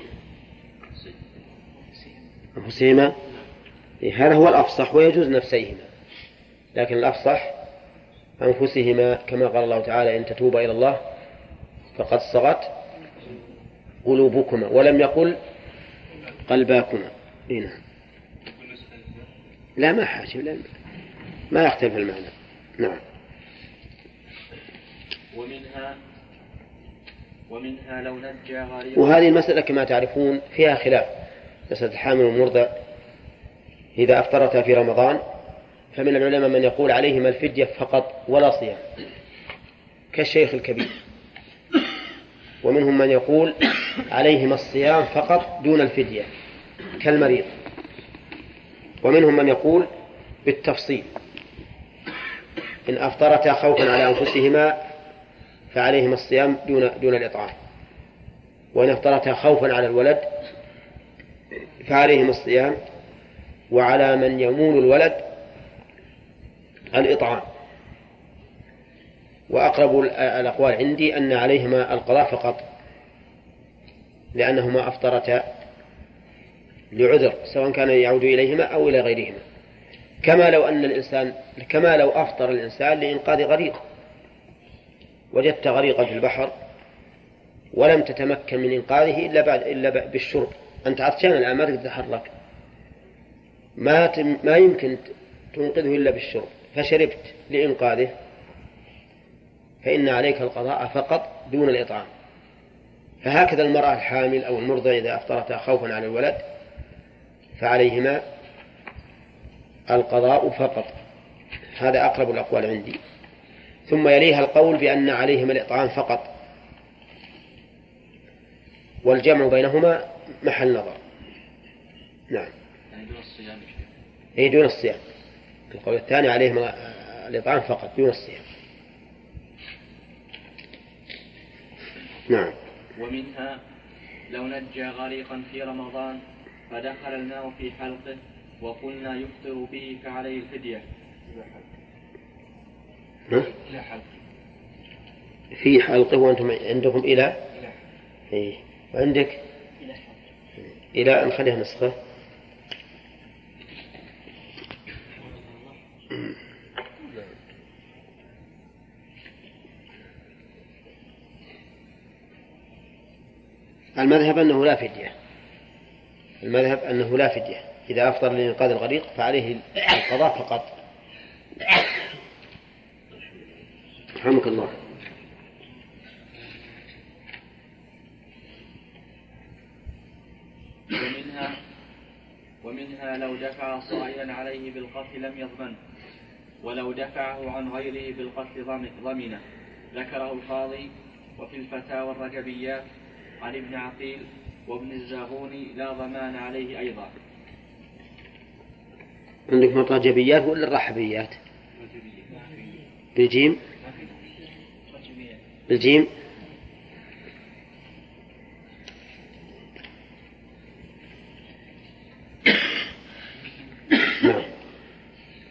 أنفسهما. إيه، هذا هو الأفصح ويجوز نفسيهما، لكن الأفصح أنفسهما كما قال الله تعالى إن تتوبا إلى الله فقد صغت قلوبكما، ولم يقل قلباكما. هنا لا ما حاجة، لا ما يختلف المعنى. نعم. ومنها لو نجى غريبا. وهذه المسألة كما تعرفون فيها خلاف، مسألة الحامل والمرضع إذا أفطرتا في رمضان، فمن العلماء من يقول عليهما الفدية فقط ولا صيام كالشيخ الكبير، ومنهم من يقول عليهما الصيام فقط دون الفدية كالمريض، ومنهم من يقول بالتفصيل إن أفطرتا خوفا على أنفسهما فعليهما الصيام دون الإطعام، وإن أفطرتا خوفا على الولد فعليهما الصيام، وعلى من يمول الولد الإطعام. وأقرب الأقوال عندي أن عليهما القضاء فقط، لأنهما أفطرتا لعذر سواء كان يعود إليهما أو إلى غيرهما، كما لو أفطر الإنسان لإنقاذ غريق، وجدت غريقا في البحر ولم تتمكن من إنقاذه إلا بالشرب، أنت عطشان الآن ما تقدر تتحرك، ما يمكن تنقذه إلا بالشرب، فشربت لإنقاذه، فإن عليك القضاء فقط دون الإطعام. فهكذا المرأة الحامل أو المرضع إذا أفطرتا خوفا على الولد فعليهما القضاء فقط، هذا أقرب الأقوال عندي. ثم يليها القول بأن عليهما الإطعام فقط، والجمع بينهما محل نظر. نعم. يعني دون الصيام. أي دون الصيام. القول الثاني عليهما الإطعام فقط دون الصيام. نعم. ومنها لو نجى غريقا في رمضان فدخل الماء في حلقه وقلنا يفطر به فعليه الفدية. في حلقه وأنتم عندكم إلى إيه. وعندك إلى أن خليها نسخة. المذهب أنه لا فدية، المذهب أنه لا فدية، إذا أفطر لإنقاذ الغريق فعليه القضاء فقط. رحمك الله. ومنها لو دفع صائلا عليه بالقتل لم يضمنه، ولو دفعه عن غيره بالقتل ضمنه. ذكره القاضي وفي الفتاوى الرجبيات عن ابن عقيل وابن الزاغوني لا ضمان عليه أيضا. عندك الرجبيات ولا الرحبيات؟ بالجيم. بالجيم. نعم.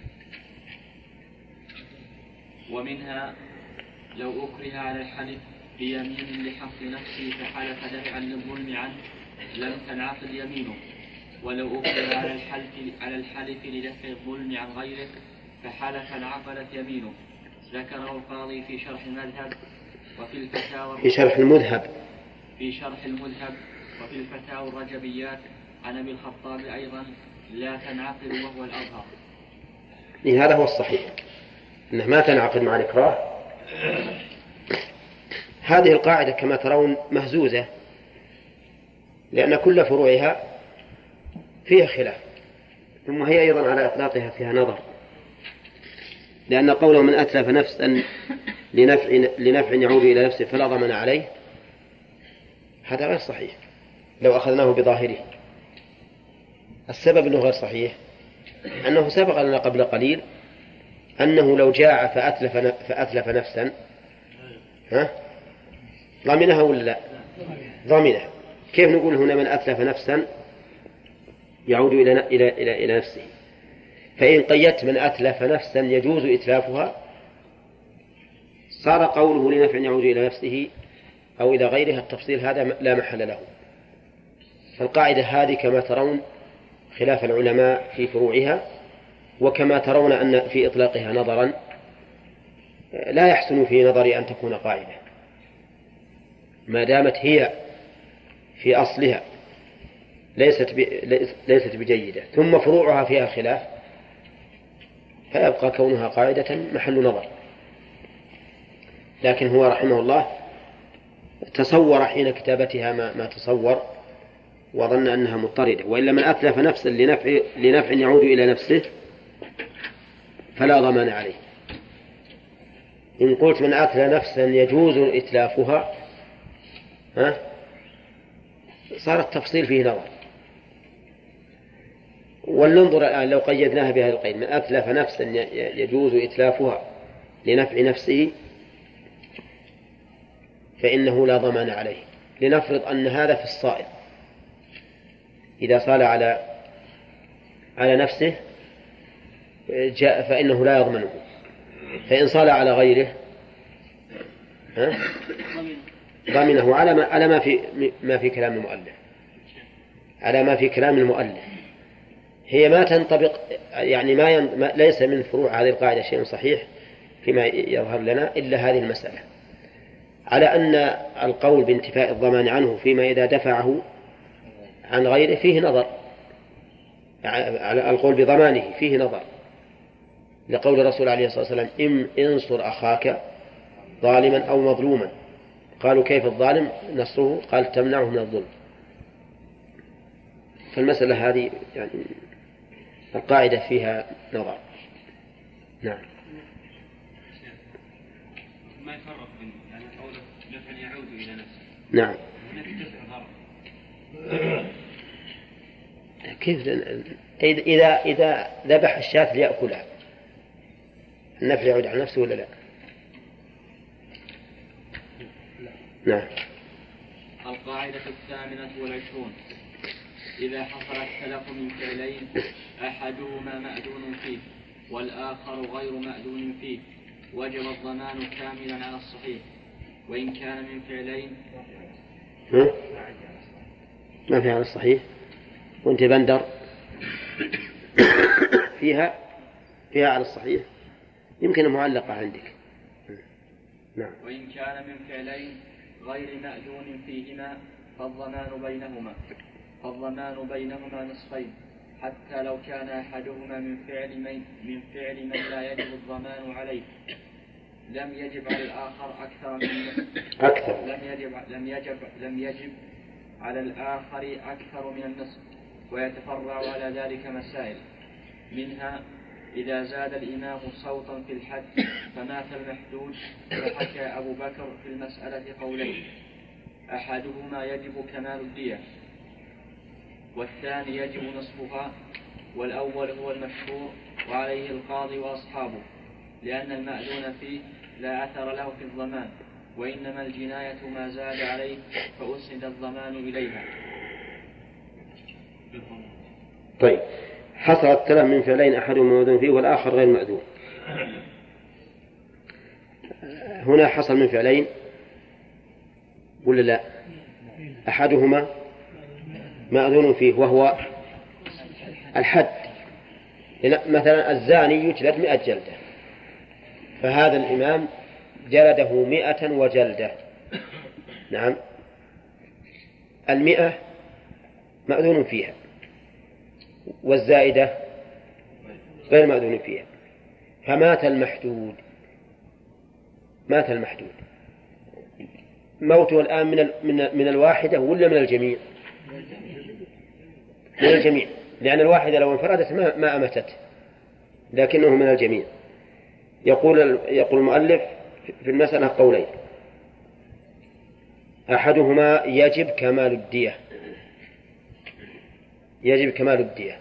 ومنها لو أكره على الحلف بيمين لحفظ نفسه فحلف دفعا للظلم عنه لم تنعقد يمينه، ولو أكد على الحلف لدفع الظلم عن غيره فحلف انعقدت يمينه. ذكره القاضي في شرح المذهب وفي الفتاوى في شرح المذهب وفي الفتاوى الرجبيات عن أبي الخطاب أيضا لا تنعقد وهو الأظهر. هذا هو الصحيح، أنه ما تنعقد مع الإكراه. هذه القاعدة كما ترون مهزوزة، لأن كل فروعها فيها خلاف، ثم هي أيضا على إطلاقها فيها نظر، لأن قوله من أتلف نفسا لنفع يعود إلى نفسه فلا ضمان عليه، هذا غير صحيح لو أخذناه بظاهره. السبب أنه غير صحيح أنه سبق لنا قبل قليل أنه لو جاع فأتلف نفسا ضمنها ولا لا؟ ضمنها. كيف نقول هنا من أتلف نفسا يعود إلى نفسه؟ فإن قيدت من أتلف نفسا يجوز إتلافها صار قوله لنفع يعود إلى نفسه أو إلى غيرها التفصيل هذا لا محل له. فالقاعدة هذه كما ترون خلاف العلماء في فروعها، وكما ترون أن في إطلاقها نظرا لا يحسن في نظري أن تكون قاعدة ما دامت هي في أصلها ليست بجيدة، ثم فروعها فيها خلاف، فيبقى كونها قاعدة محل نظر. لكن هو رحمه الله تصور حين كتابتها ما تصور وظن أنها مضطردة، وإلا من أتلف نفسا لنفع يعود إلى نفسه فلا ضمان عليه. إن قلت من أتلف نفسا يجوز إتلافها صار التفصيل فيه نظر. ولننظر الآن لو قيدناها بهذا القيد من أتلف نفسا يجوز إتلافها لنفع نفسه فإنه لا ضمان عليه. لنفرض أن هذا في الصائل إذا صال على نفسه فإنه لا يضمنه، فإن صال على غيره ضمنه على ما في كلام المؤلف، على ما في كلام المؤلف. هي ما تنطبق، يعني ليس من فروع هذه القاعدة شيء صحيح فيما يظهر لنا إلا هذه المسألة، على أن القول بانتفاء الضمان عنه فيما إذا دفعه عن غيره فيه نظر، على القول بضمانه فيه نظر، لقول الرسول عليه الصلاة والسلام انصر أخاك ظالما أو مظلوما. قالوا كيف الظالم نصره؟ قال تمنعه من الظلم. فالمسألة هذه يعني القاعدة فيها نظر. نعم. ما يفرق بين يعني قوله نفع يعود إلى نفسه. نعم. هناك دفع ضرر. كيف إذا ذبح الشاة ليأكلها النفع يعود على نفسه ولا لا؟ نعم. القاعدة 28 إذا حصل التلف من فعلين أحدهما مأذون فيه والآخر غير مأذون فيه وجب الضمان كاملا على الصحيح، وإن كان من فعلين ما في على الصحيح. وانت بندر فيها على الصحيح، يمكن معلقة عندك. نعم. وإن كان من فعلين غير مأذون فيهما فالضمان بينهما نصفين، حتى لو كان أحدهما من فعل من لا يجب الضمان عليه لم يجب على الآخر لم يجب على الآخر أكثر من النصف. ويتفرع على ذلك مسائل، منها إذا زاد الإمام صوتا في الحد فمات المحدود، فحكى أبو بكر في المسألة قولين، أحدهما يجب كمال الدية والثاني يجب نصفها، والأول هو المشهور وعليه القاضي وأصحابه، لأن المأذون فيه لا أثر له في الضمان، وإنما الجناية ما زاد عليه فأسند الضمان إليها. طيب، حصل التلف من فعلين أحدهما مأذون فيه والآخر غير مأذون. هنا حصل من فعلين ولا لا؟ أحدهما مأذون فيه وهو الحد، مثلا الزاني يجلد 100 جلدة، فهذا الإمام جلده 100 وجلدة. نعم، 100 مأذون فيها، والزائدة غير مأذون فيها، فمات المحدود. مات المحدود، موته الآن من الواحدة ولا من الجميع؟ من الجميع، لأن الواحدة لو انفردت ما أمتت، لكنه من الجميع. يقول المؤلف في المسألة قولين: أحدهما يجب كمال الدية، يجب كمال الدية،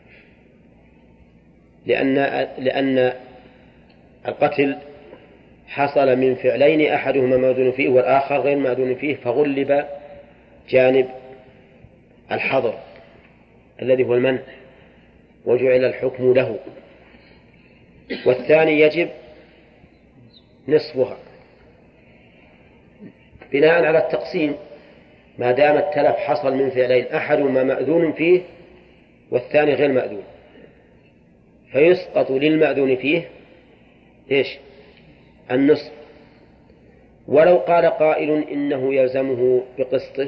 لأن القتل حصل من فعلين أحدهما مأذون فيه والآخر غير مأذون فيه، فغلب جانب الحظر الذي هو المنع وجعل الحكم له. والثاني يجب نصفها بناء على التقسيم، ما دام التلف حصل من فعلين أحدهما مأذون فيه والثاني غير مأذون، فيسقط للمأذون فيه إيش؟ النصف. ولو قال قائل إنه يلزمه بقسطه،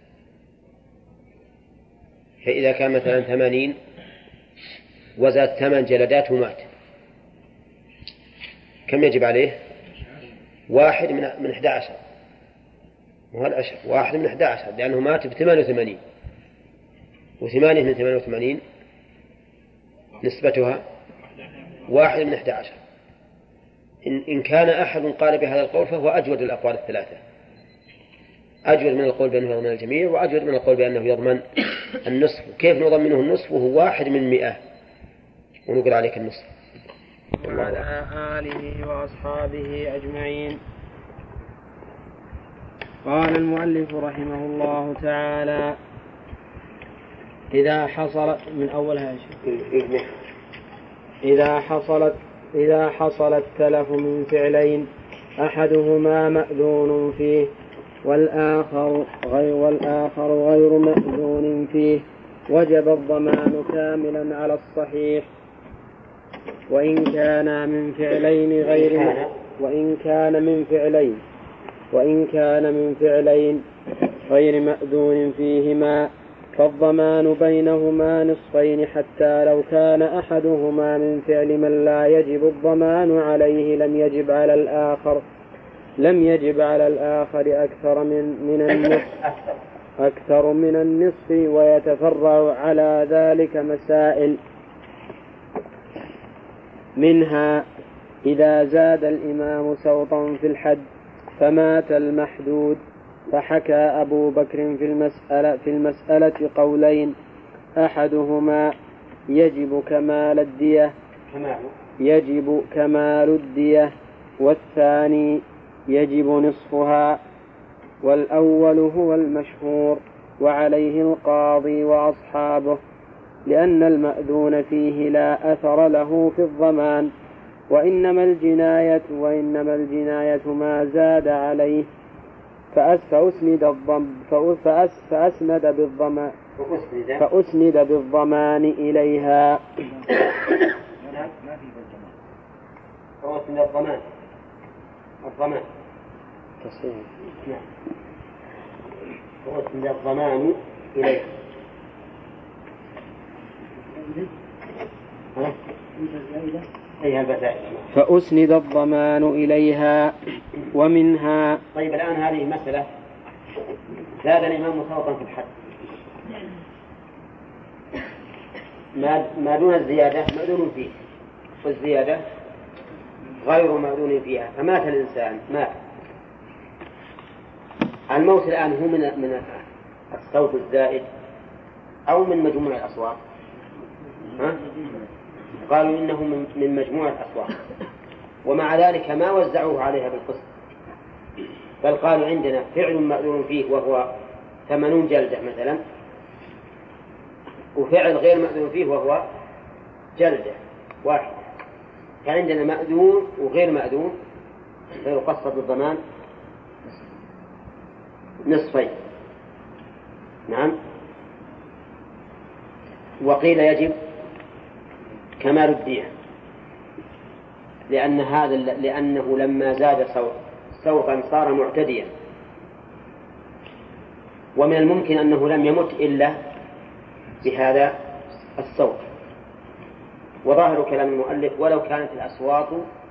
فإذا كان مثلا 80 وزاد 8 جلدات ومات، كم يجب عليه؟ 1 من 11، وهو الأشهر 1 من 11، لأنه مات ب88، و8 من 88 نسبتها 1 من 11. إن كان أحد قال بهذا القول فهو أجود الأقوال الثلاثة، أجود من القول بأنه يضمن الجميع، وأجود من القول بأنه يضمن النصف. كيف نضمنه النصف وهو 1 من 100 ونقول عليك النصف؟ وعلى آله وأصحابه أجمعين. قال المؤلف رحمه الله تعالى: إذا حصل من أولها إذا حصل التلف من فعلين أحدهما مأذون فيه والآخر غير مأذون فيه، وجب الضمان كاملا على الصحيح، وإن كان من فعلين غير مأذون فيهما، فالضمان بينهما نصفين، حتى لو كان أحدهما من فعل من لا يجب الضمان عليه لم يجب على الآخر أكثر من النصف، ويتفرع على ذلك مسائل، منها: إذا زاد الإمام سوطا في الحد فمات المحدود، فحكى أبو بكر في المسألة قولين: أحدهما يجب كمال الدية، والثاني يجب نصفها، والأول هو المشهور وعليه القاضي وأصحابه، لأن المأذون فيه لا أثر له في الضمان، وإنما الجناية ما زاد عليه، فأسند بالضمان إليها. فأسند الضمان إليها ومنها. طيب، الآن هذه مسألة: زاد الإمام سوطا في الحد، ما دون الزيادة مأذون فيه، والزيادة غير مأذون فيها، فمات الإنسان. الموت الآن هو من الصوت الزائد أو من مجموع الأصوات؟ قالوا إنه من مجموع الأصوات، ومع ذلك ما وزعوه عليها بالقسط، بل قالوا عندنا فعل مأذون فيه وهو 80 جلدة مثلا، وفعل غير مأذون فيه وهو جلدة واحدة، فعندنا مأذون وغير مأذون، فيقصد بالضمان نصفين. نعم. وقيل يجب كمال الدية، لأنه لما زاد سوطا صار معتديا، ومن الممكن أنه لم يمت إلا بهذا الصوت. وظاهر كلام المؤلف ولو كانت الأصوات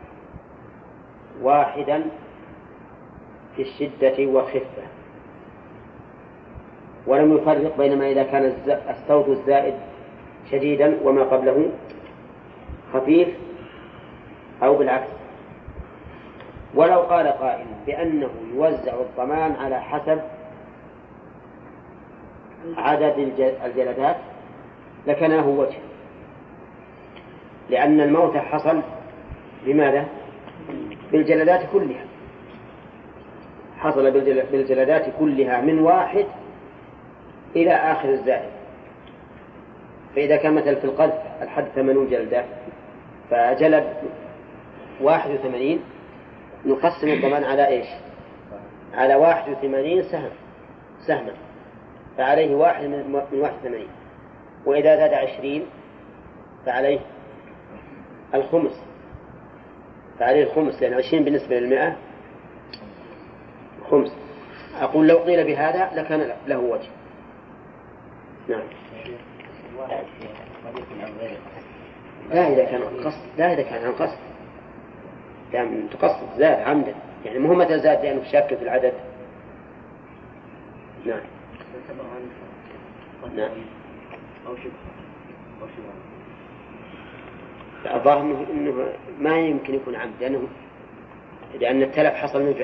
واحدا في الشدة والخفة، ولم يفرق بينما إذا كان الصوت الزائد شديدا وما قبله خفيف أو بالعكس. ولو قال قائل بأنه يوزع الضمان على حسب عدد الجلدات لكان له وجه، لأن الموت حصل بماذا؟ بالجلدات كلها، حصل بالجلدات كلها من 1 إلى آخر الزائد. فإذا كان مثل في القذف الحد 80 جلدة فجلد 81، نقسم الضمان على إيش؟ على 81 سهما، فعليه 1 من 81. وإذا زاد 20 فعليه الخمس، لأن 20 بالنسبة لل100 خمس. أقول لو قيل بهذا لكان له وجه. نعم. لا إذا كان عن قصد، يعني تقصد زاد عمدا، يعني مو متى زاد لأنه شاك في العدد. نعم. نعم. الظاهر إنه ما يمكن يكون عمد، لأن التلف حصل من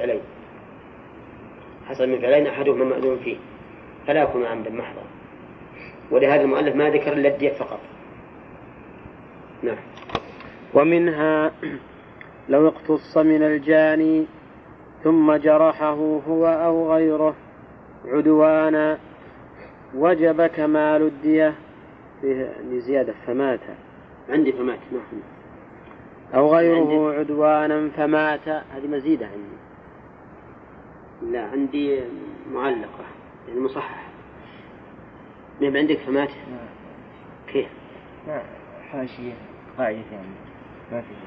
فعلين أحدهما مأذون فيه، فلا يكون عمدا محضا. ولهذا المؤلف ما ذكر إلا الدية فقط. نعم. ومنها لو اقتص من الجاني ثم جرحه هو أو غيره عدوانا وجب كمال الدية، فيه زيادة فمات، عندي فمات. نعم. أو غيره عدوانا فمات، هذه مزيدة عندي. لا عندي معلقة يعني مصحح. نعم عندك فمات. كيف؟ حاشية قاعدة يعني ما في.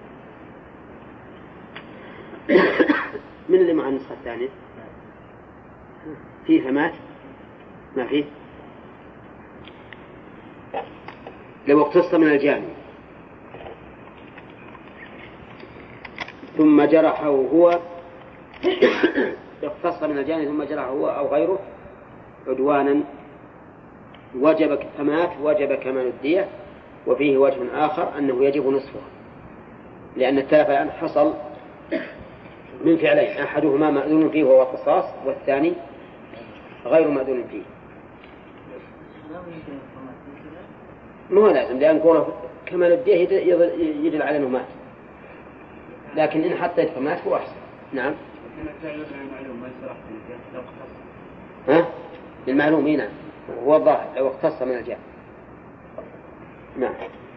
من اللي مع النسخة الثانية؟ في فمات ما فيه. لو اقتص من الجاني ثم جرحه هو اقتص من الجاني ثم جرحه هو أو غيره عدوانا وجب كمال الدية. وفيه وجه آخر أنه يجب نصفه، لأن التلف الآن حصل من فعلين، أحدهما مأذون فيه وهو القصاص، والثاني غير مأذون فيه. ما هو لازم، لأن قوله كمال الدية يدل على أنه مات، لكن إن حطيت فمات هو أحسن. نعم. للمعلوم هنا هو الظاهر لو اقتص من الجاني. نعم.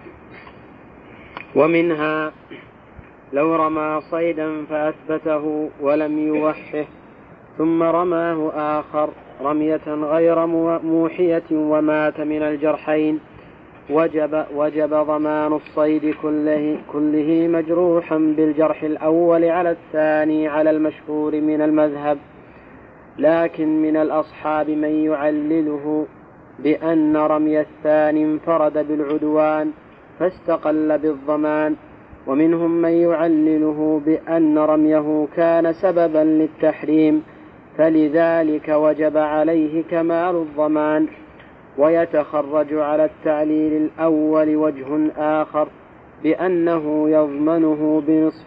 ومنها لو رمى صيدا فأثبته ولم يوحه ثم رماه آخر رمية غير موحية ومات من الجرحين وجب ضمان الصيد كله مجروحا بالجرح الأول على الثاني على المشهور من المذهب. لكن من الأصحاب من يعلله بأن رمي الثاني انفرد بالعدوان فاستقل بالضمان، ومنهم من يعلله بأن رميه كان سببا للتحريم فلذلك وجب عليه كمال الضمان. ويتخرج على التعليل الأول وجه آخر بأنه يضمنه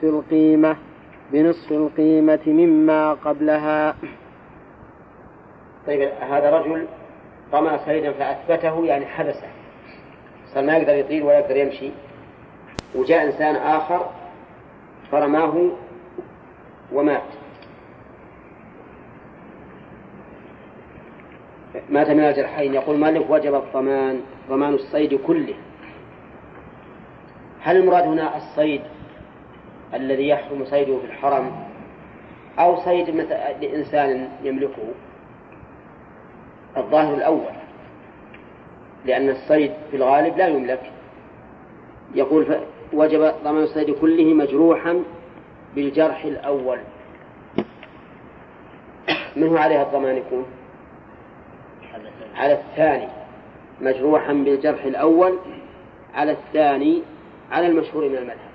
بنصف القيمة مما قبلها. طيب هذا رجل رمى صيدا فأثبته يعني حبسه، صار ما يقدر يطير ولا يقدر يمشي، وجاء إنسان آخر فرماه ومات، مات من الجرحين. يقول مالك وجب الضمان، ضمان الصيد كله. هل المراد هنا الصيد الذي يحرم صيده في الحرم أو صيد لإنسان يملكه الظاهر الأول، لأن الصيد في الغالب لا يملك. يقول وجب ضمان الصيد كله مجروحا بالجرح الأول. من هو عليها الضمان يكون؟ على الثاني، مجروحا بالجرح الأول على الثاني على المشهور من المذهب.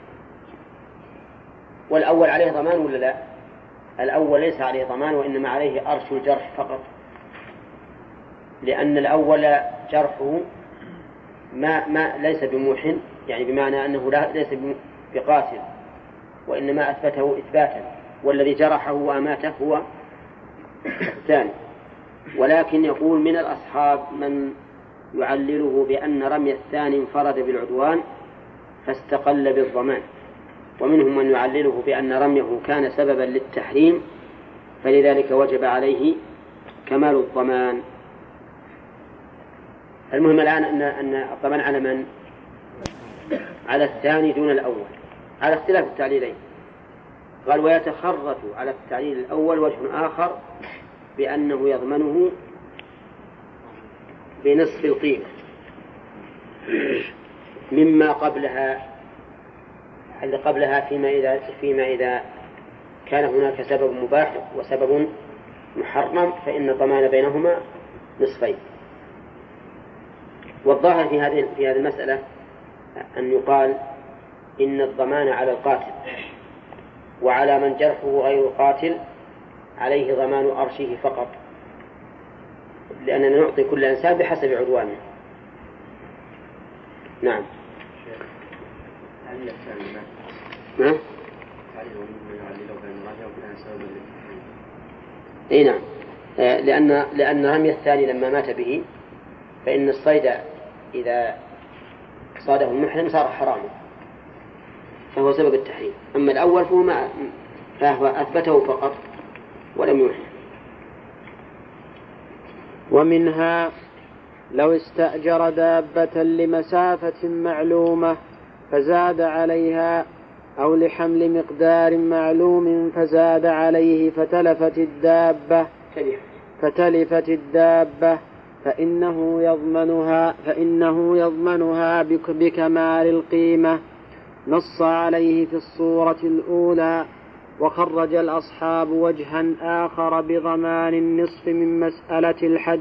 والأول عليه ضمان ولا لا؟ الأول ليس عليه ضمان، وإنما عليه أرش الجرح فقط، لأن الأول جرحه ما ليس بموحن، يعني بمعنى أنه ليس بقاتل، وإنما أثبته إثباتا، والذي جرحه وأماته هو الثاني. ولكن يقول من الأصحاب من يعلله بأن رمي الثاني انفرد بالعدوان فاستقل بالضمان، ومنهم من يعلله بأن رميه كان سببا للتحريم فلذلك وجب عليه كمال الضمان. المهم الآن أن الضمان على من؟ على الثاني دون الأول، على اختلاف التعليلين. قال ويتخرج على التعليل الأول وجه آخر بأنه يضمنه بنصف القيمة مما قبلها، اللي قبلها فيما إذا كان هناك سبب مباح وسبب محرم فإن الضمان بينهما نصفين. والظاهر في هذه المسألة أن يقال إن الضمان على القاتل، وعلى من جرحه غير قاتل عليه ضمان أرشه فقط، لأننا نعطي كل إنسان بحسب عدوانه. نعم. نعم. اي نعم، لأن رمي الثاني لما مات به فإن الصيد إذا صاده المحرم صار حراما فهو سبب التحريم. أما الأول فهو أثبته فقط ولم يحرم. ومنها لو استأجر دابة لمسافة معلومة فزاد عليها أو لحمل مقدار معلوم فزاد عليه فتلفت الدابة فإنه يضمنها بكمال القيمة، نص عليه في الصورة الأولى. وخرج الأصحاب وجها آخر بضمان النصف من مسألة الحد،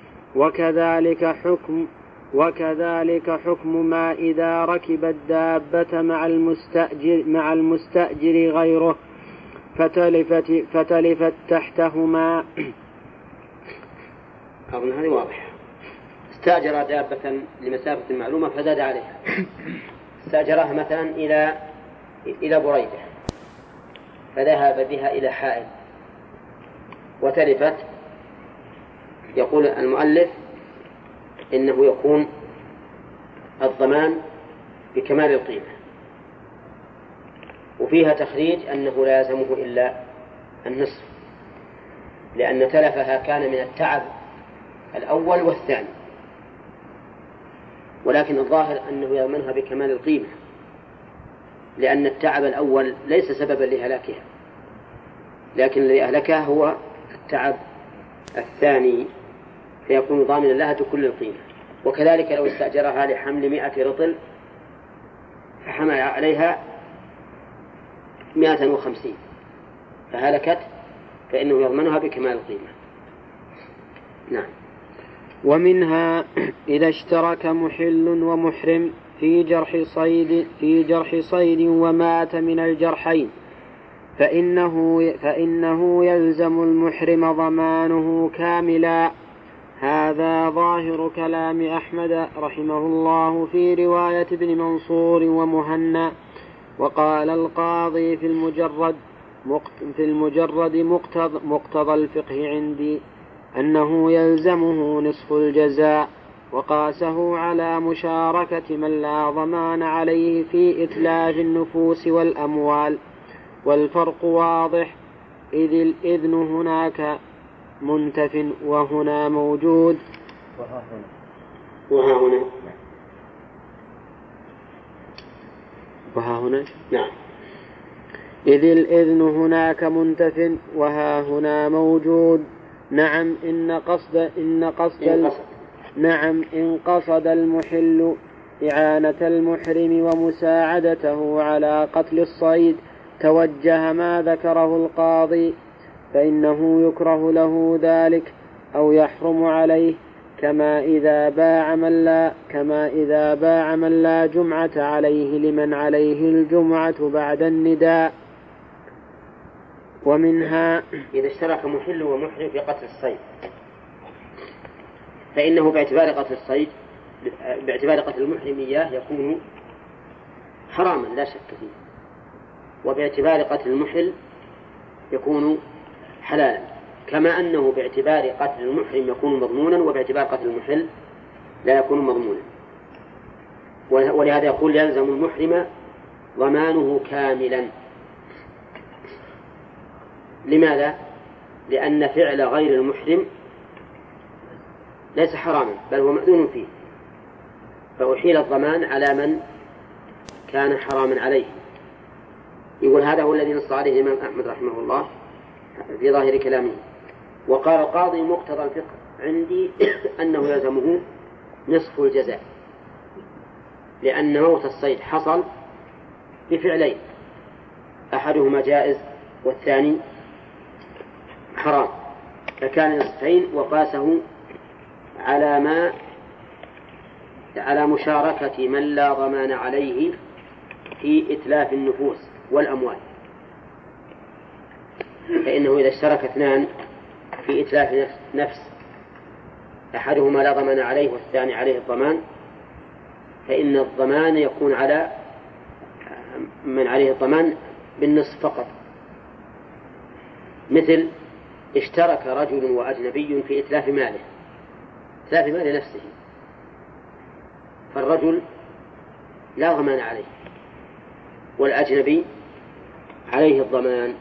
وكذلك حكم ما إذا ركب الدابة مع المستأجر غيره فتلفت تحتهما. أظن هذه واضحة. استأجر دابة لمسافة معلومة فزاد عليها، استأجرها مثلا إلى بريدة فذهب بها إلى حائل وتلفت. يقول المؤلف إنه يكون الضمان بكمال القيمة، وفيها تخريج أنه لا يلزمه إلا النصف، لأن تلفها كان من التعب الأول والثاني، ولكن الظاهر أنه يضمنها بكمال القيمة، لأن التعب الأول ليس سببا لهلاكها، لكن الذي أهلكها هو التعب الثاني، فيكون ضامنا لها بكل القيمة. وكذلك لو استأجرها لحمل 100 رطل فحمل عليها 150 فهلكت فإنه يضمنها بكمال القيمة. نعم. ومنها إذا اشترك محل ومحرم في جرح صيد ومات من الجرحين فإنه يلزم المحرم ضمانه كاملا. هذا ظاهر كلام أحمد رحمه الله في رواية ابن منصور ومهنا. وقال القاضي في المجرد مقتضى الفقه عندي أنه يلزمه نصف الجزاء، وقاسه على مشاركة من لا ضمان عليه في إتلاف النفوس والأموال. والفرق واضح، إذ الإذن هناك منتف وهنا موجود. وها هنا نعم. إذ الإذن هناك منتف وها هنا موجود، نعم إن قصد المحل إعانة المحرم ومساعدته على قتل الصيد توجه ما ذكره القاضي فإنه يكره له ذلك أو يحرم عليه كما إذا باع من لا جمعة عليه لمن عليه الجمعة بعد النداء. ومنها إذا اشترك محل ومحرم في قتل الصيد فإنه باعتبار قتل المحرم إياه يكون حراما لا شك فيه، وباعتبار قتل المحل يكون حلالا، كما أنه باعتبار قتل المحرم يكون مضمونا وباعتبار قتل المحل لا يكون مضمونا. ولهذا يقول يلزم المحرم ضمانه كاملا. لماذا؟ لأن فعل غير المحرم ليس حراما بل هو مأذون فيه، فأحيل الضمان على من كان حراما عليه. يقول هذا هو الذي نص عليه الإمام أحمد رحمه الله في ظاهر كلامه. وقال القاضي مقتضى الفقه عندي أنه يلزمه نصف الجزاء، لأن موت الصيد حصل بفعلين، أحدهما جائز والثاني حرام، فكان نصفين وقاسه على مشاركة من لا ضمان عليه في إتلاف النفوس والأموال. فإنه إذا اشترك اثنان في إتلاف نفس أحدهما لا ضمان عليه والثاني عليه الضمان، فإن الضمان يكون على من عليه الضمان بالنصف فقط. مثل اشترك رجل وأجنبي في إتلاف مال نفسه، فالرجل لا ضمان عليه والأجنبي عليه الضمان.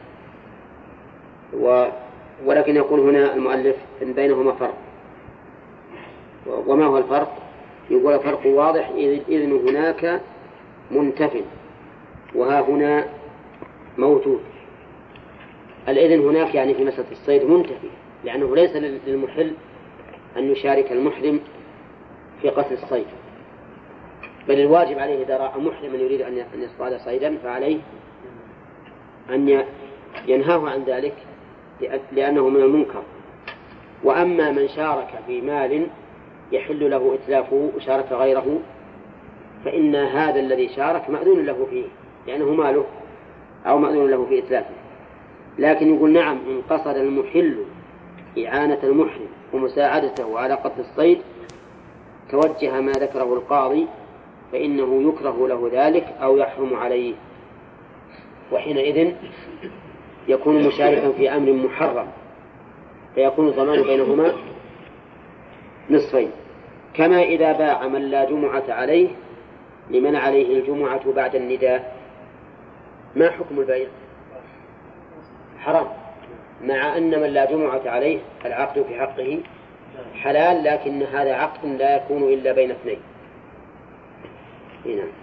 ولكن يقول هنا المؤلف إن بينهما فرق. وما هو الفرق؟ يقول فرق واضح، إذن هناك منتف وها هنا موجود. الإذن هناك يعني في مسألة الصيد منتفي، لأنه ليس للمحل أن يشارك المحرم في قتل الصيد، بل الواجب عليه إذا رأى محرما يريد أن يصطاد صيدا فعليه أن ينهاه عن ذلك لأنه من المنكر. وأما من شارك في مال يحل له إتلافه وشارك غيره فإن هذا الذي شارك مأذون له فيه لأنه ماله أو مأذون له في إتلافه. لكن يقول نعم إن قصد المحل إعانة المحرم ومساعدته على قتل الصيد توجه ما ذكره القاضي فإنه يكره له ذلك أو يحرم عليه، وحينئذ يكون مشاركا في أمر محرم فيكون الضمان بينهما نصفين. كما إذا باع من لا جمعة عليه لمن عليه الجمعة بعد النداء. ما حكم البيع؟ حرام، مع أن من لا جمعة عليه العقد في حقه حلال، لكن هذا عقد لا يكون إلا بين اثنين. هنا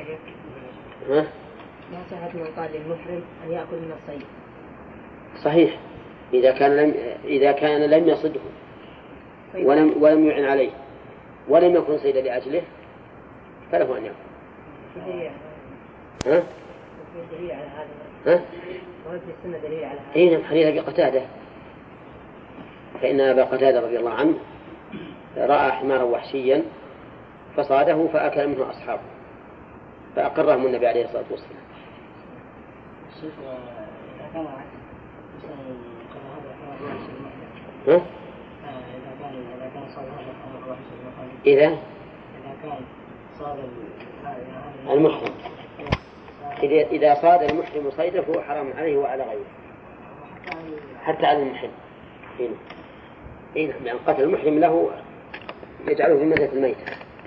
ما صحت من قال للمحرم أن يأكل من الصيد؟ صحيح إذا كان لم يصده ولم يعن عليه ولم يكن صيدا لأجله فله أن يأكل. ها؟ دليل على هذا؟ ها؟ وهل في السنة دليل على هذا؟ إيه، حديث أبي قتادة، فإن أبا قتادة رضي الله عنه رأى حمارا وحشيا فصاده فأكل منه أصحابه فأقرهم النبي عليه الصلاة والسلام. ها؟ إذا كان صاد المحرم إذا صاد المحرم صيده فهو حرام عليه وعلى غيره حتى على المحرم. هنا يعني قتل المحرم له يجعله في منزلة الميت.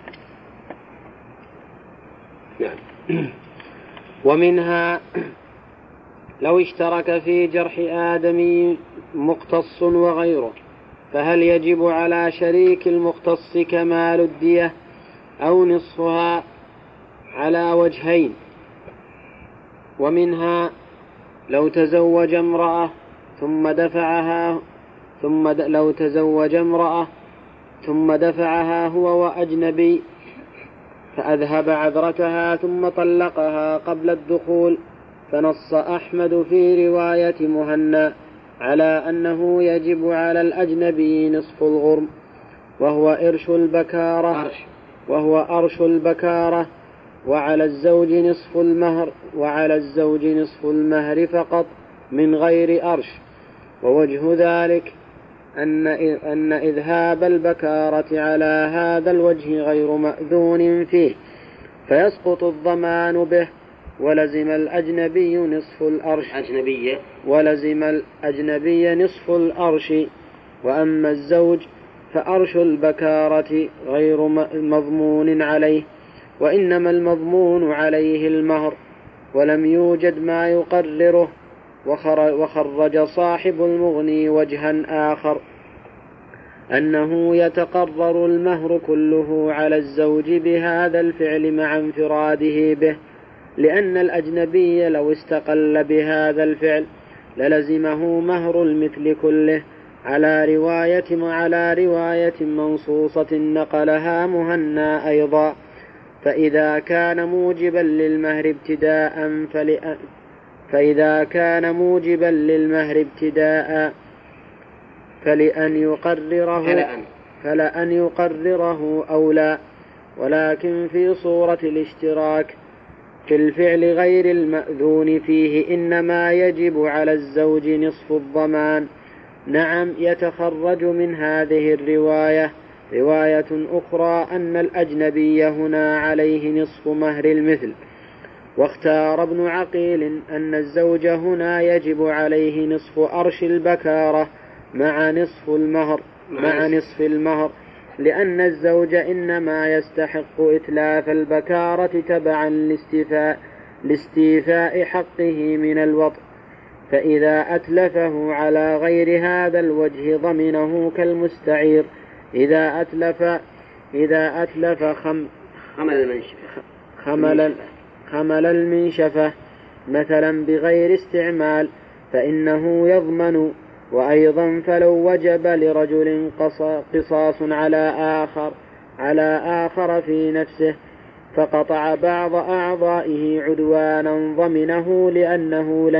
نعم. ومنها لو اشترك في جرح آدمي مقتص وغيره فهل يجب على شريك المقتص كمال الدية أو نصفها؟ على وجهين. ومنها لو تزوج امرأة لو تزوج امرأة ثم دفعها هو وأجنبي فأذهب عذرتها ثم طلقها قبل الدخول، فنص أحمد في رواية مهنا على أنه يجب على الأجنبي نصف الغرم، وهو أرش البكارة، وعلى الزوج نصف المهر فقط من غير أرش. ووجه ذلك أن إذهاب البكارة على هذا الوجه غير مأذون فيه، فيسقط الضمان به، ولزم الأجنبي نصف الأرش. وأما الزوج فأرش البكارة غير مضمون عليه، وإنما المضمون عليه المهر، ولم يوجد ما يقرره. وخرج صاحب المغني وجها آخر أنه يتقرر المهر كله على الزوج بهذا الفعل مع انفراده به، لأن الأجنبي لو استقل بهذا الفعل للزمه مهر المثل كله، على رواية منصوصة نقلها مهنا أيضا. فإذا كان موجبا للمهر ابتداء فلأن يقرره أولى، ولكن في صورة الاشتراك في الفعل غير المأذون فيه إنما يجب على الزوج نصف الضمان. نعم، يتخرج من هذه الرواية رواية أخرى أن الأجنبي هنا عليه نصف مهر المثل، واختار ابن عقيل أن الزوج هنا يجب عليه نصف أرش البكارة مع نصف المهر، لأن الزوج إنما يستحق إتلاف البكارة تبعا لاستيفاء حقه من الوطء، فإذا أتلفه على غير هذا الوجه ضمنه كالمستعير إذا أتلف خمل المنشفة مثلا بغير استعمال فإنه يضمن. وأيضا فلو وجب لرجل قصاص على آخر في نفسه فقطع بعض أعضائه عدوانا ضمنه، لأنه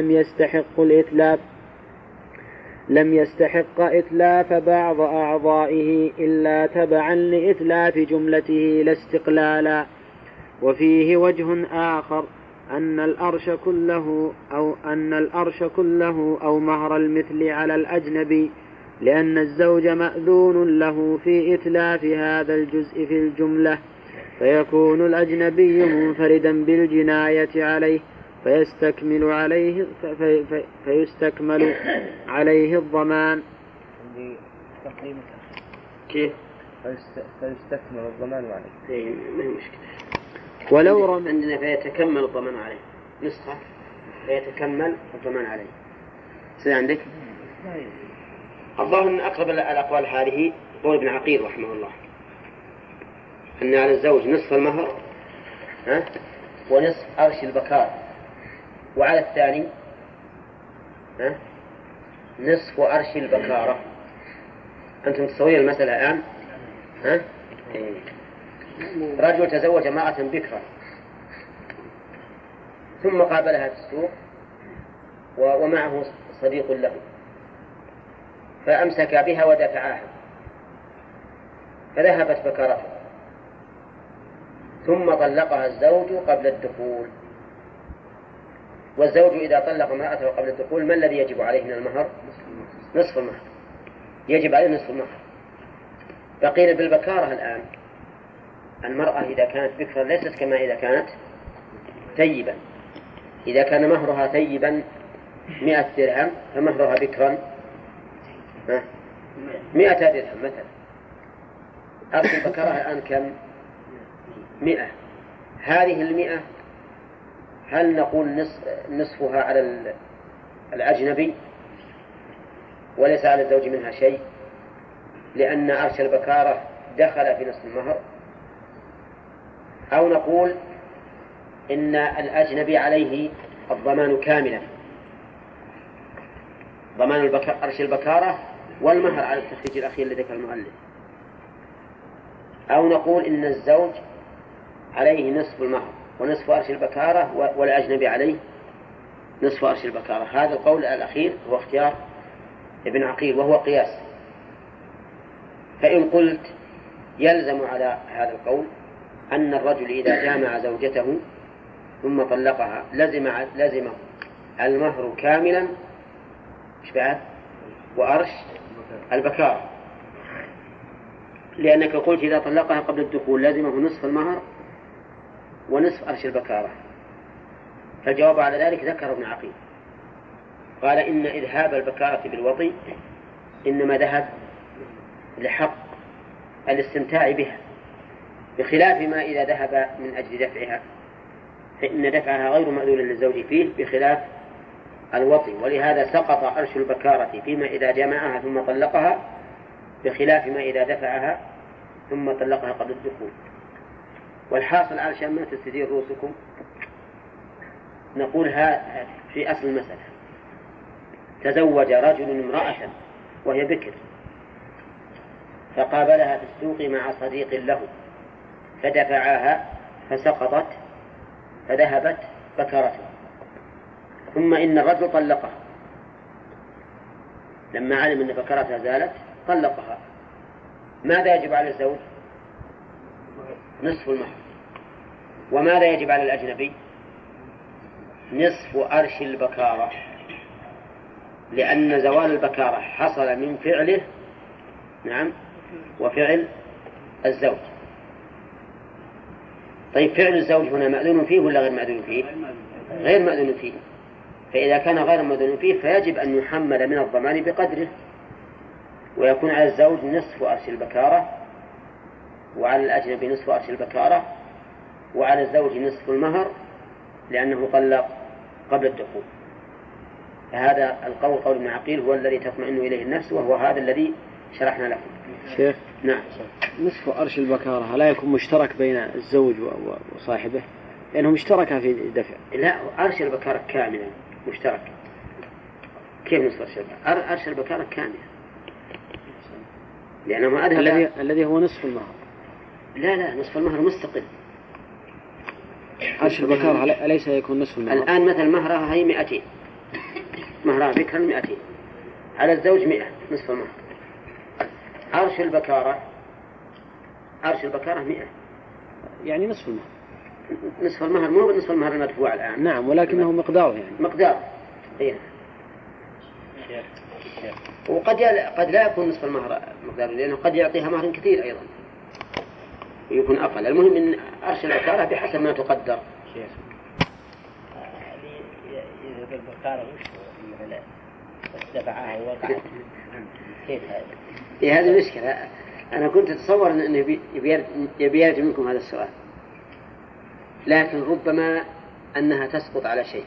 لم يستحق إتلاف بعض أعضائه إلا تبعا لإتلاف جملته لا استقلالا. وفيه وجه آخر أن الأرش كله أو مهر المثل على الأجنبي، لأن الزوج مأذون له في إتلاف هذا الجزء في الجملة، فيكون الأجنبي منفردا بالجناية عليه فيستكمل عليه الضمان. كيف؟ فيستكمل الضمان عليه. ما هي مشكلة. ولو عندنا فيتكمل الضمان عليه نسخة، فيتكمل الضمان عليه. سيد عندك؟ الظاهر أن أقرب الأقوال هذه قول ابن عقيل رحمه الله، أن على الزوج نصف المهر ونصف أرش البكار، وعلى الثاني نصف أرش البكارة. أنتم تسوين المسألة الآن. رجل تزوج امرأة بكرا ثم قابلها في السوق ومعه صديق له، فأمسك بها ودفعها فذهبت بكرته، ثم طلقها الزوج قبل الدخول. والزوج إذا طلق امرأته قبل الدخول ما الذي يجب عليه من المهر؟ نصف المهر، يجب عليه نصف المهر. فقيل بالبكارة الآن المرأة إذا كانت بكرا ليست كما إذا كانت ثيبا. إذا كان مهرها ثيبا 100 درهم فمهرها بكرا 100 درهم مثلا. أرش البكارة الآن كم؟ 100. هذه 100 هل نقول نصفها على الأجنبي وليس على الزوج منها شيء، لأن أرش البكارة دخل في نصف المهر، أو نقول إن الأجنبي عليه الضمان كاملا، ضمان أرش البكارة والمهر على التخريج الأخير الذي ذكر المؤلف. أو نقول إن الزوج عليه نصف المهر ونصف أرش البكارة والأجنبي عليه نصف أرش البكارة. هذا القول الأخير هو اختيار ابن عقيل وهو قياس. فإن قلت يلزم على هذا القول أن الرجل إذا جامع زوجته ثم طلقها لزمه المهر كاملا وأرش البكارة، لأنك قلت إذا طلقها قبل الدخول لازمه نصف المهر ونصف أرش البكارة. فالجواب على ذلك ذكر ابن عقيل، قال إن إذهاب البكارة بالوطي إنما ذهب لحق الاستمتاع بها، بخلاف ما إذا ذهب من أجل دفعها، فإن دفعها غير مأذون للزوج فيه بخلاف الوطي. ولهذا سقط أرش البكارة فيما إذا جمعها ثم طلقها، بخلاف ما إذا دفعها ثم طلقها قبل الدخول. والحاصل علشان ما تستدير رؤوسكم نقولها في أصل المسألة: تزوج رجل امرأة وهي بكر فقابلها في السوق مع صديق له فدفعها فسقطت فذهبت بكرته، ثم إن الرجل طلقها لما علم أن بكرتها زالت طلقها. ماذا يجب على الزوج؟ نصف المهر. وماذا يجب على الأجنبي؟ نصف أرش البكارة، لأن زوال البكارة حصل من فعله وفعل الزوج. طيب فعل الزوج هنا مأذون فيه ولا غير مأذون فيه؟ غير مأذون فيه. فإذا كان غير مأذون فيه فيجب أن يحمل من الضمان بقدره، ويكون على الزوج نصف أرش البكارة، وعلى الأجنبي نصف أرش البكارة، وعلى الزوج نصف المهر لأنه طلق قبل الدخول. فهذا القول قول ابن عقيل هو الذي تطمئن إليه النفس، وهو هذا الذي شرحنا لكم. شيخ، نعم. نصف أرش البكارة لا يكون مشترك بين الزوج وصاحبه، لأنهم اشتركا في الدفع؟ لا، أرش البكارة كاملا مشترك. كيف نصف أرش البكارة؟ أرش البكارة كاملا، لأنه الذي هو نصف المهر. لا، نصف المهر مستقل. أرش البكارة أليس يكون نصف المهر؟ الآن مثل مهرها هي 200، مهرها بكرا 200، على الزوج 100 نصف المهر. أرش البكارة 100، يعني نصف المهر. نصف المهر مو نصف المهر المدفوع الآن. نعم، ولكنه مقداره يعني مقدار. إيه. وقد لا يكون نصف المهر مقداره، لأنه قد يعطيها مهر كثير أيضا ويكون أقل. المهم أن أرش البكارة بحسب ما تقدر. إذا البكارة دفعها ووقعت كيف هذا؟ هذه المشكلة. أنا كنت أتصور أنه يبيرج منكم هذا السؤال، لكن ربما أنها تسقط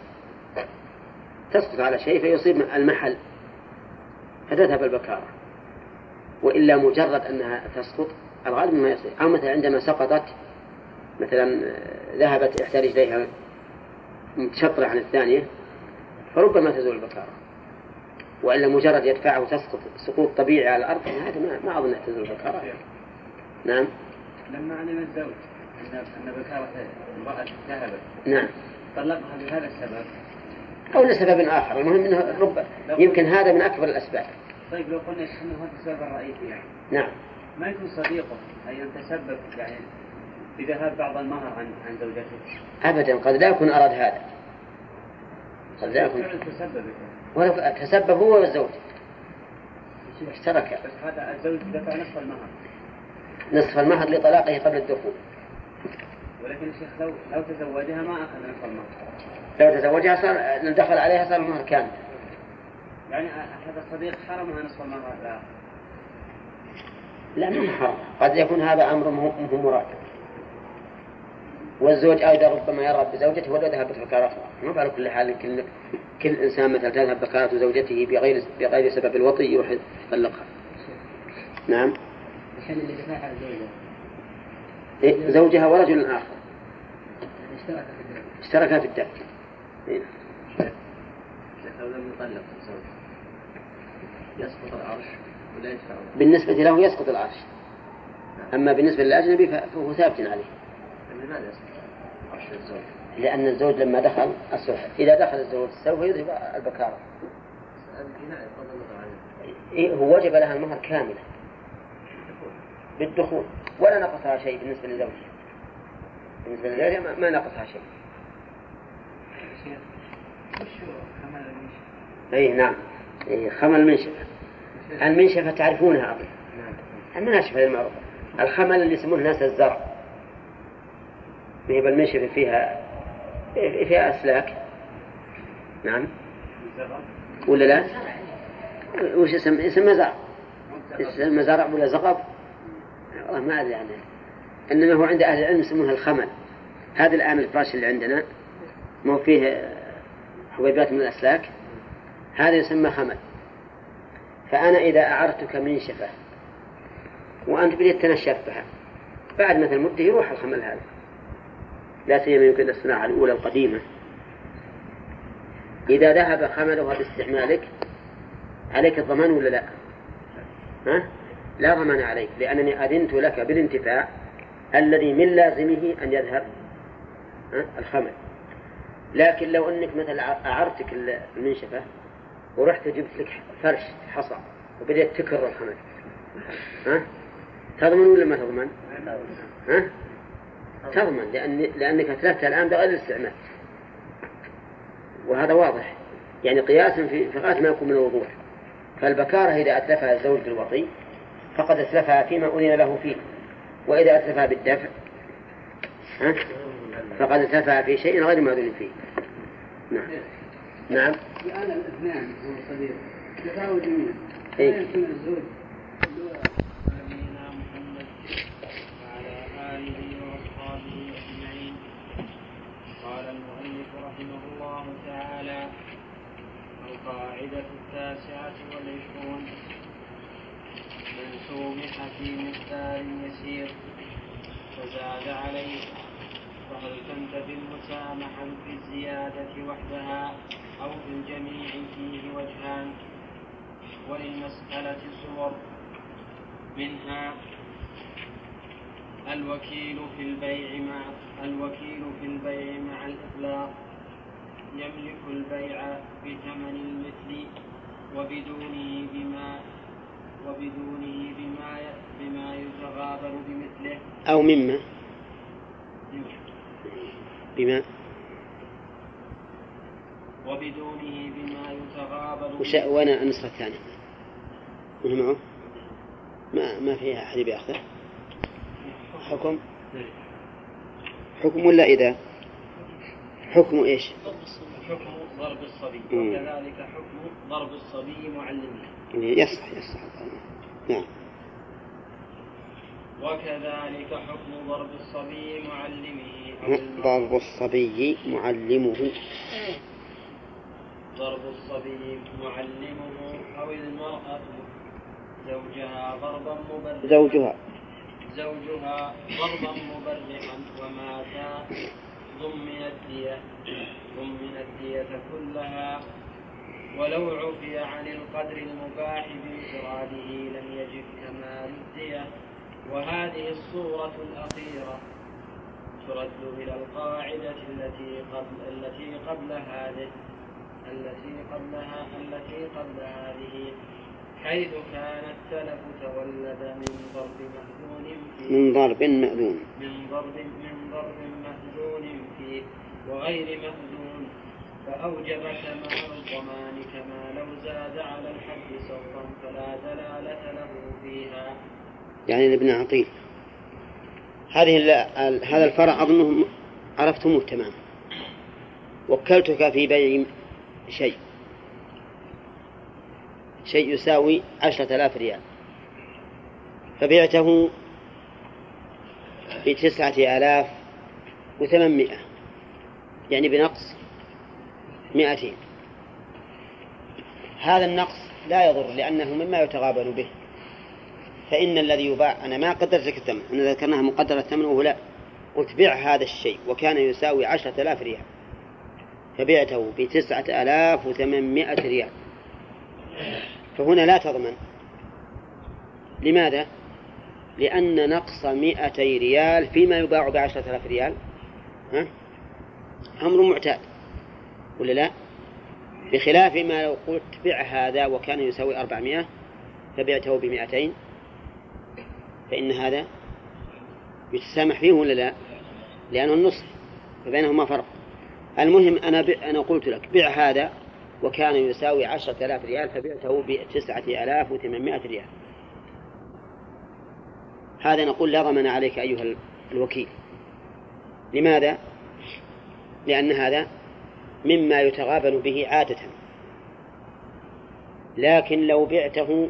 على شيء فيصيب المحل فتذهب البكارة، وإلا مجرد أنها تسقط الغالب ما يصير. أو مثلا عندما سقطت مثلا ذهبت إحدى رجليها متشطرة عن الثانية فربما تزول البكارة، وإلا مجرد يدفعه وتسقط سقوط طبيعي على الأرض هذا ما أظن تزول البكارة. نعم. لما علم الزوج أن بكارة امرأة ذهبت نعم طلقها بهذا السبب أو لسبب آخر، المهم أنه يمكن هذا من أكبر الأسباب. طيب لو قلنا أنه هذا السبب الرئيسي يعني نعم ما يكون صديقه أن يتسبب يعني بذهاب بعض المهر عن زوجته؟ أبدا، قد لا يكون أراد هذا، قد لا يكون ولو تسبب هو والزوج اشترك. بس هذا الزوج دفع نصف المهر لطلاقه قبل الدخول. ولكن الشيخ لو تزوجها ما أخذ نصف المهر. لو تزوجها صار دخل عليها صار المهر كامل. يعني هذا الصديق حرمها نصف المهر؟ لا ما حرم، قد يكون هذا أمر مهم مراد. والزوج أيضا ربما يرغب بزوجته ولو ذهبت بكارتها. ما على كل حال كل إنسان مثل تذهب بكارة زوجته بغير سبب الوطي يروح يطلقها. نعم. عشان اللي دفعها زوجها ورجل آخر اشتركا في الدفع. لو لم يطلق الزوج يسقط العرش بالنسبة له يسقط العرش، أما بالنسبة للأجنبي فهو ثابت عليه. لماذا يسقط عرش الزوج؟ لأن الزوج لما دخل إذا دخل الزوج سوف يذهب البكارة. هو وجب لها المهر كاملة بالدخول ولا نقصها شيء بالنسبة لزوجها. بالنسبة لزوجها ما نقصها شيء. أي نعم، خمل المنشفة. المنشفة تعرفونها أظن. المناشفة المعروفة. الخمل اللي يسمونه ناس الزرع. هي المنشفة فيها أسلاك. نعم. ولا لا؟ وش اسمه زرع؟ اسمه زرع ولا زغب؟ والله ما أدري عنه. إنما هو عند أهل العلم يسمونها الخمل. هذا الآن الفراش اللي عندنا ما فيه حبيبات من الأسلاك، هذا يسمى خمل. فأنا إذا أعرتك منشفة وأنت بديت تنشف بها بعد مثل مدة يروح الخمل هذا، لا سيما يمكن الصناعة الأولى القديمة. إذا ذهب خملها باستعمالك عليك الضمان ولا لا؟ ها؟ لا ضمان عليك، لأنني أذنت لك بالانتفاع الذي من لازمه أن يذهب الخمل. لكن لو أنك مثلا أعرتك المنشفة ورحت جبت لك فرش حصى وبدأت تكرر الخمل، ها؟ تضمن ولا ما تضمن؟ ها؟ تضمن، لأنك أتلفتها الآن بغير الاستعمال، وهذا واضح يعني قياسا في غاية ما يكون من الوضوح. فالبكارة إذا أتلفها الزوج بالوطي فقد أتلفها فيما أذن له فيه، وإذا أتلفها بالدفع فقد أتلفها في شيء غير ما أذن فيه. نعم. نعم. الآن الأبنان هو صغير تتعودون إيه؟ يكون الزوج نبينا محمد وعلى آله وأصحابه أجمعين. قال المؤلف رحمه الله تعالى: القاعدة 29 من سومح في مقدار يسير فزاد عليه فهل تنتفي المسامحة في الزيادة وحدها أو في الجميع فيه وجهان. وللمسألة صور منها الوكيل في البيع مع الإطلاق يملك البيع بثمن المثل وبدونه بما يتغابر بمثله أو مما بما وبدونه بما يتغابر وأنا النسخة الثانية وهي معه ما فيها أحد بيأخذه حكم ولا إذا حكم إيش؟ حكم ضرب الصبي وكذلك حكم ضرب الصبي معلمه. يصح. نعم. وكذلك حكم ضرب الصبي معلمه ضرب الصبي معلمه أو المرأة زوجها ضربا مبرحا وماتا ضمن الدية كلها ولو عفي عن القدر المباح بانفراده لم يجب كمال الدية. وهذه الصورة الأخيرة ترد إلى القاعدة التي قبل هذه حيث كان التلف تولد من ضرب مأذون فيه وغير مأذون فأوجب كمال الضمان كما لو زاد على الحد سوطا فلا دلالة له فيها. يعني لابن عقيل هذا الفرع أظنه عرفتموه تمام. وكلتك في بيع شيء يساوي 10,000 ريال فبيعته ب9,800 يعني بنقص 200. هذا النقص لا يضر لأنه مما يتغابن به. فإن الذي يباع أنا ما قدرت لك الثمن، أنا ذكرناها مقدرة الثمن وهو لا، قلت بيع هذا الشيء وكان يساوي 10,000 ريال فبيعته ب9,800 ريال، فهنا لا تضمن لماذا؟ لأن نقص 200 ريال فيما يباع ب10,000 ريال أمر معتاد ولا لا؟ بخلاف ما لو قلت بيع هذا وكان يساوي 400 فبعته ب200 فإن هذا يتسامح فيه ولا لا؟ لأنه النصف فبينهما فرق. المهم أنا قلت لك بيع هذا وكان يساوي 10,000 ريال فبعته ب9,800 ريال، هذا نقول لا ضمان عليك أيها الوكيل. لماذا؟ لأن هذا مما يتغابن به عادة، لكن لو بعته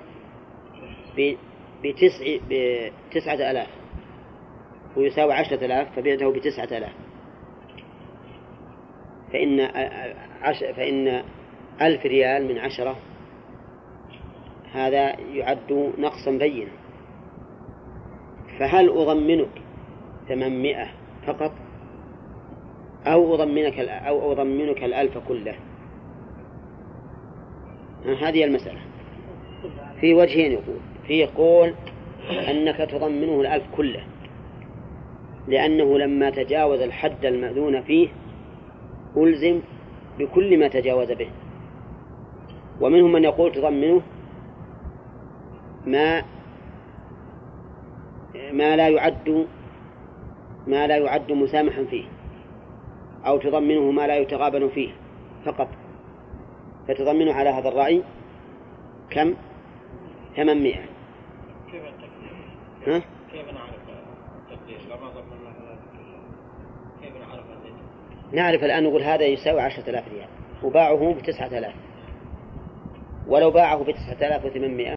ب9,000 ويساوي 10,000 فبعته ب9,000 فإن 1,000 ريال من 10 هذا يعد نقصا بينا. فهل أضمنك 800 فقط أو أضمنك 1,000 كله؟ هذه المسألة. في وجهين يقول، في قول أنك تضمنه 1,000 كله لأنه لما تجاوز الحد المأذون فيه ألزم بكل ما تجاوز به، ومنهم من يقول تضمنه ما لا يعد مسامحا فيه، أو تضمنه ما لا يتغابن فيه فقط، فتضمنه على هذا الرأي كم؟ 800. كيف التقدير؟ كيف نعرف التقدير؟ لما ضمننا كيف نعرف التقدير؟ نعرف الآن نقول هذا يساوي 10,000 ريال وباعه ب9,000، ولو باعه ب9,800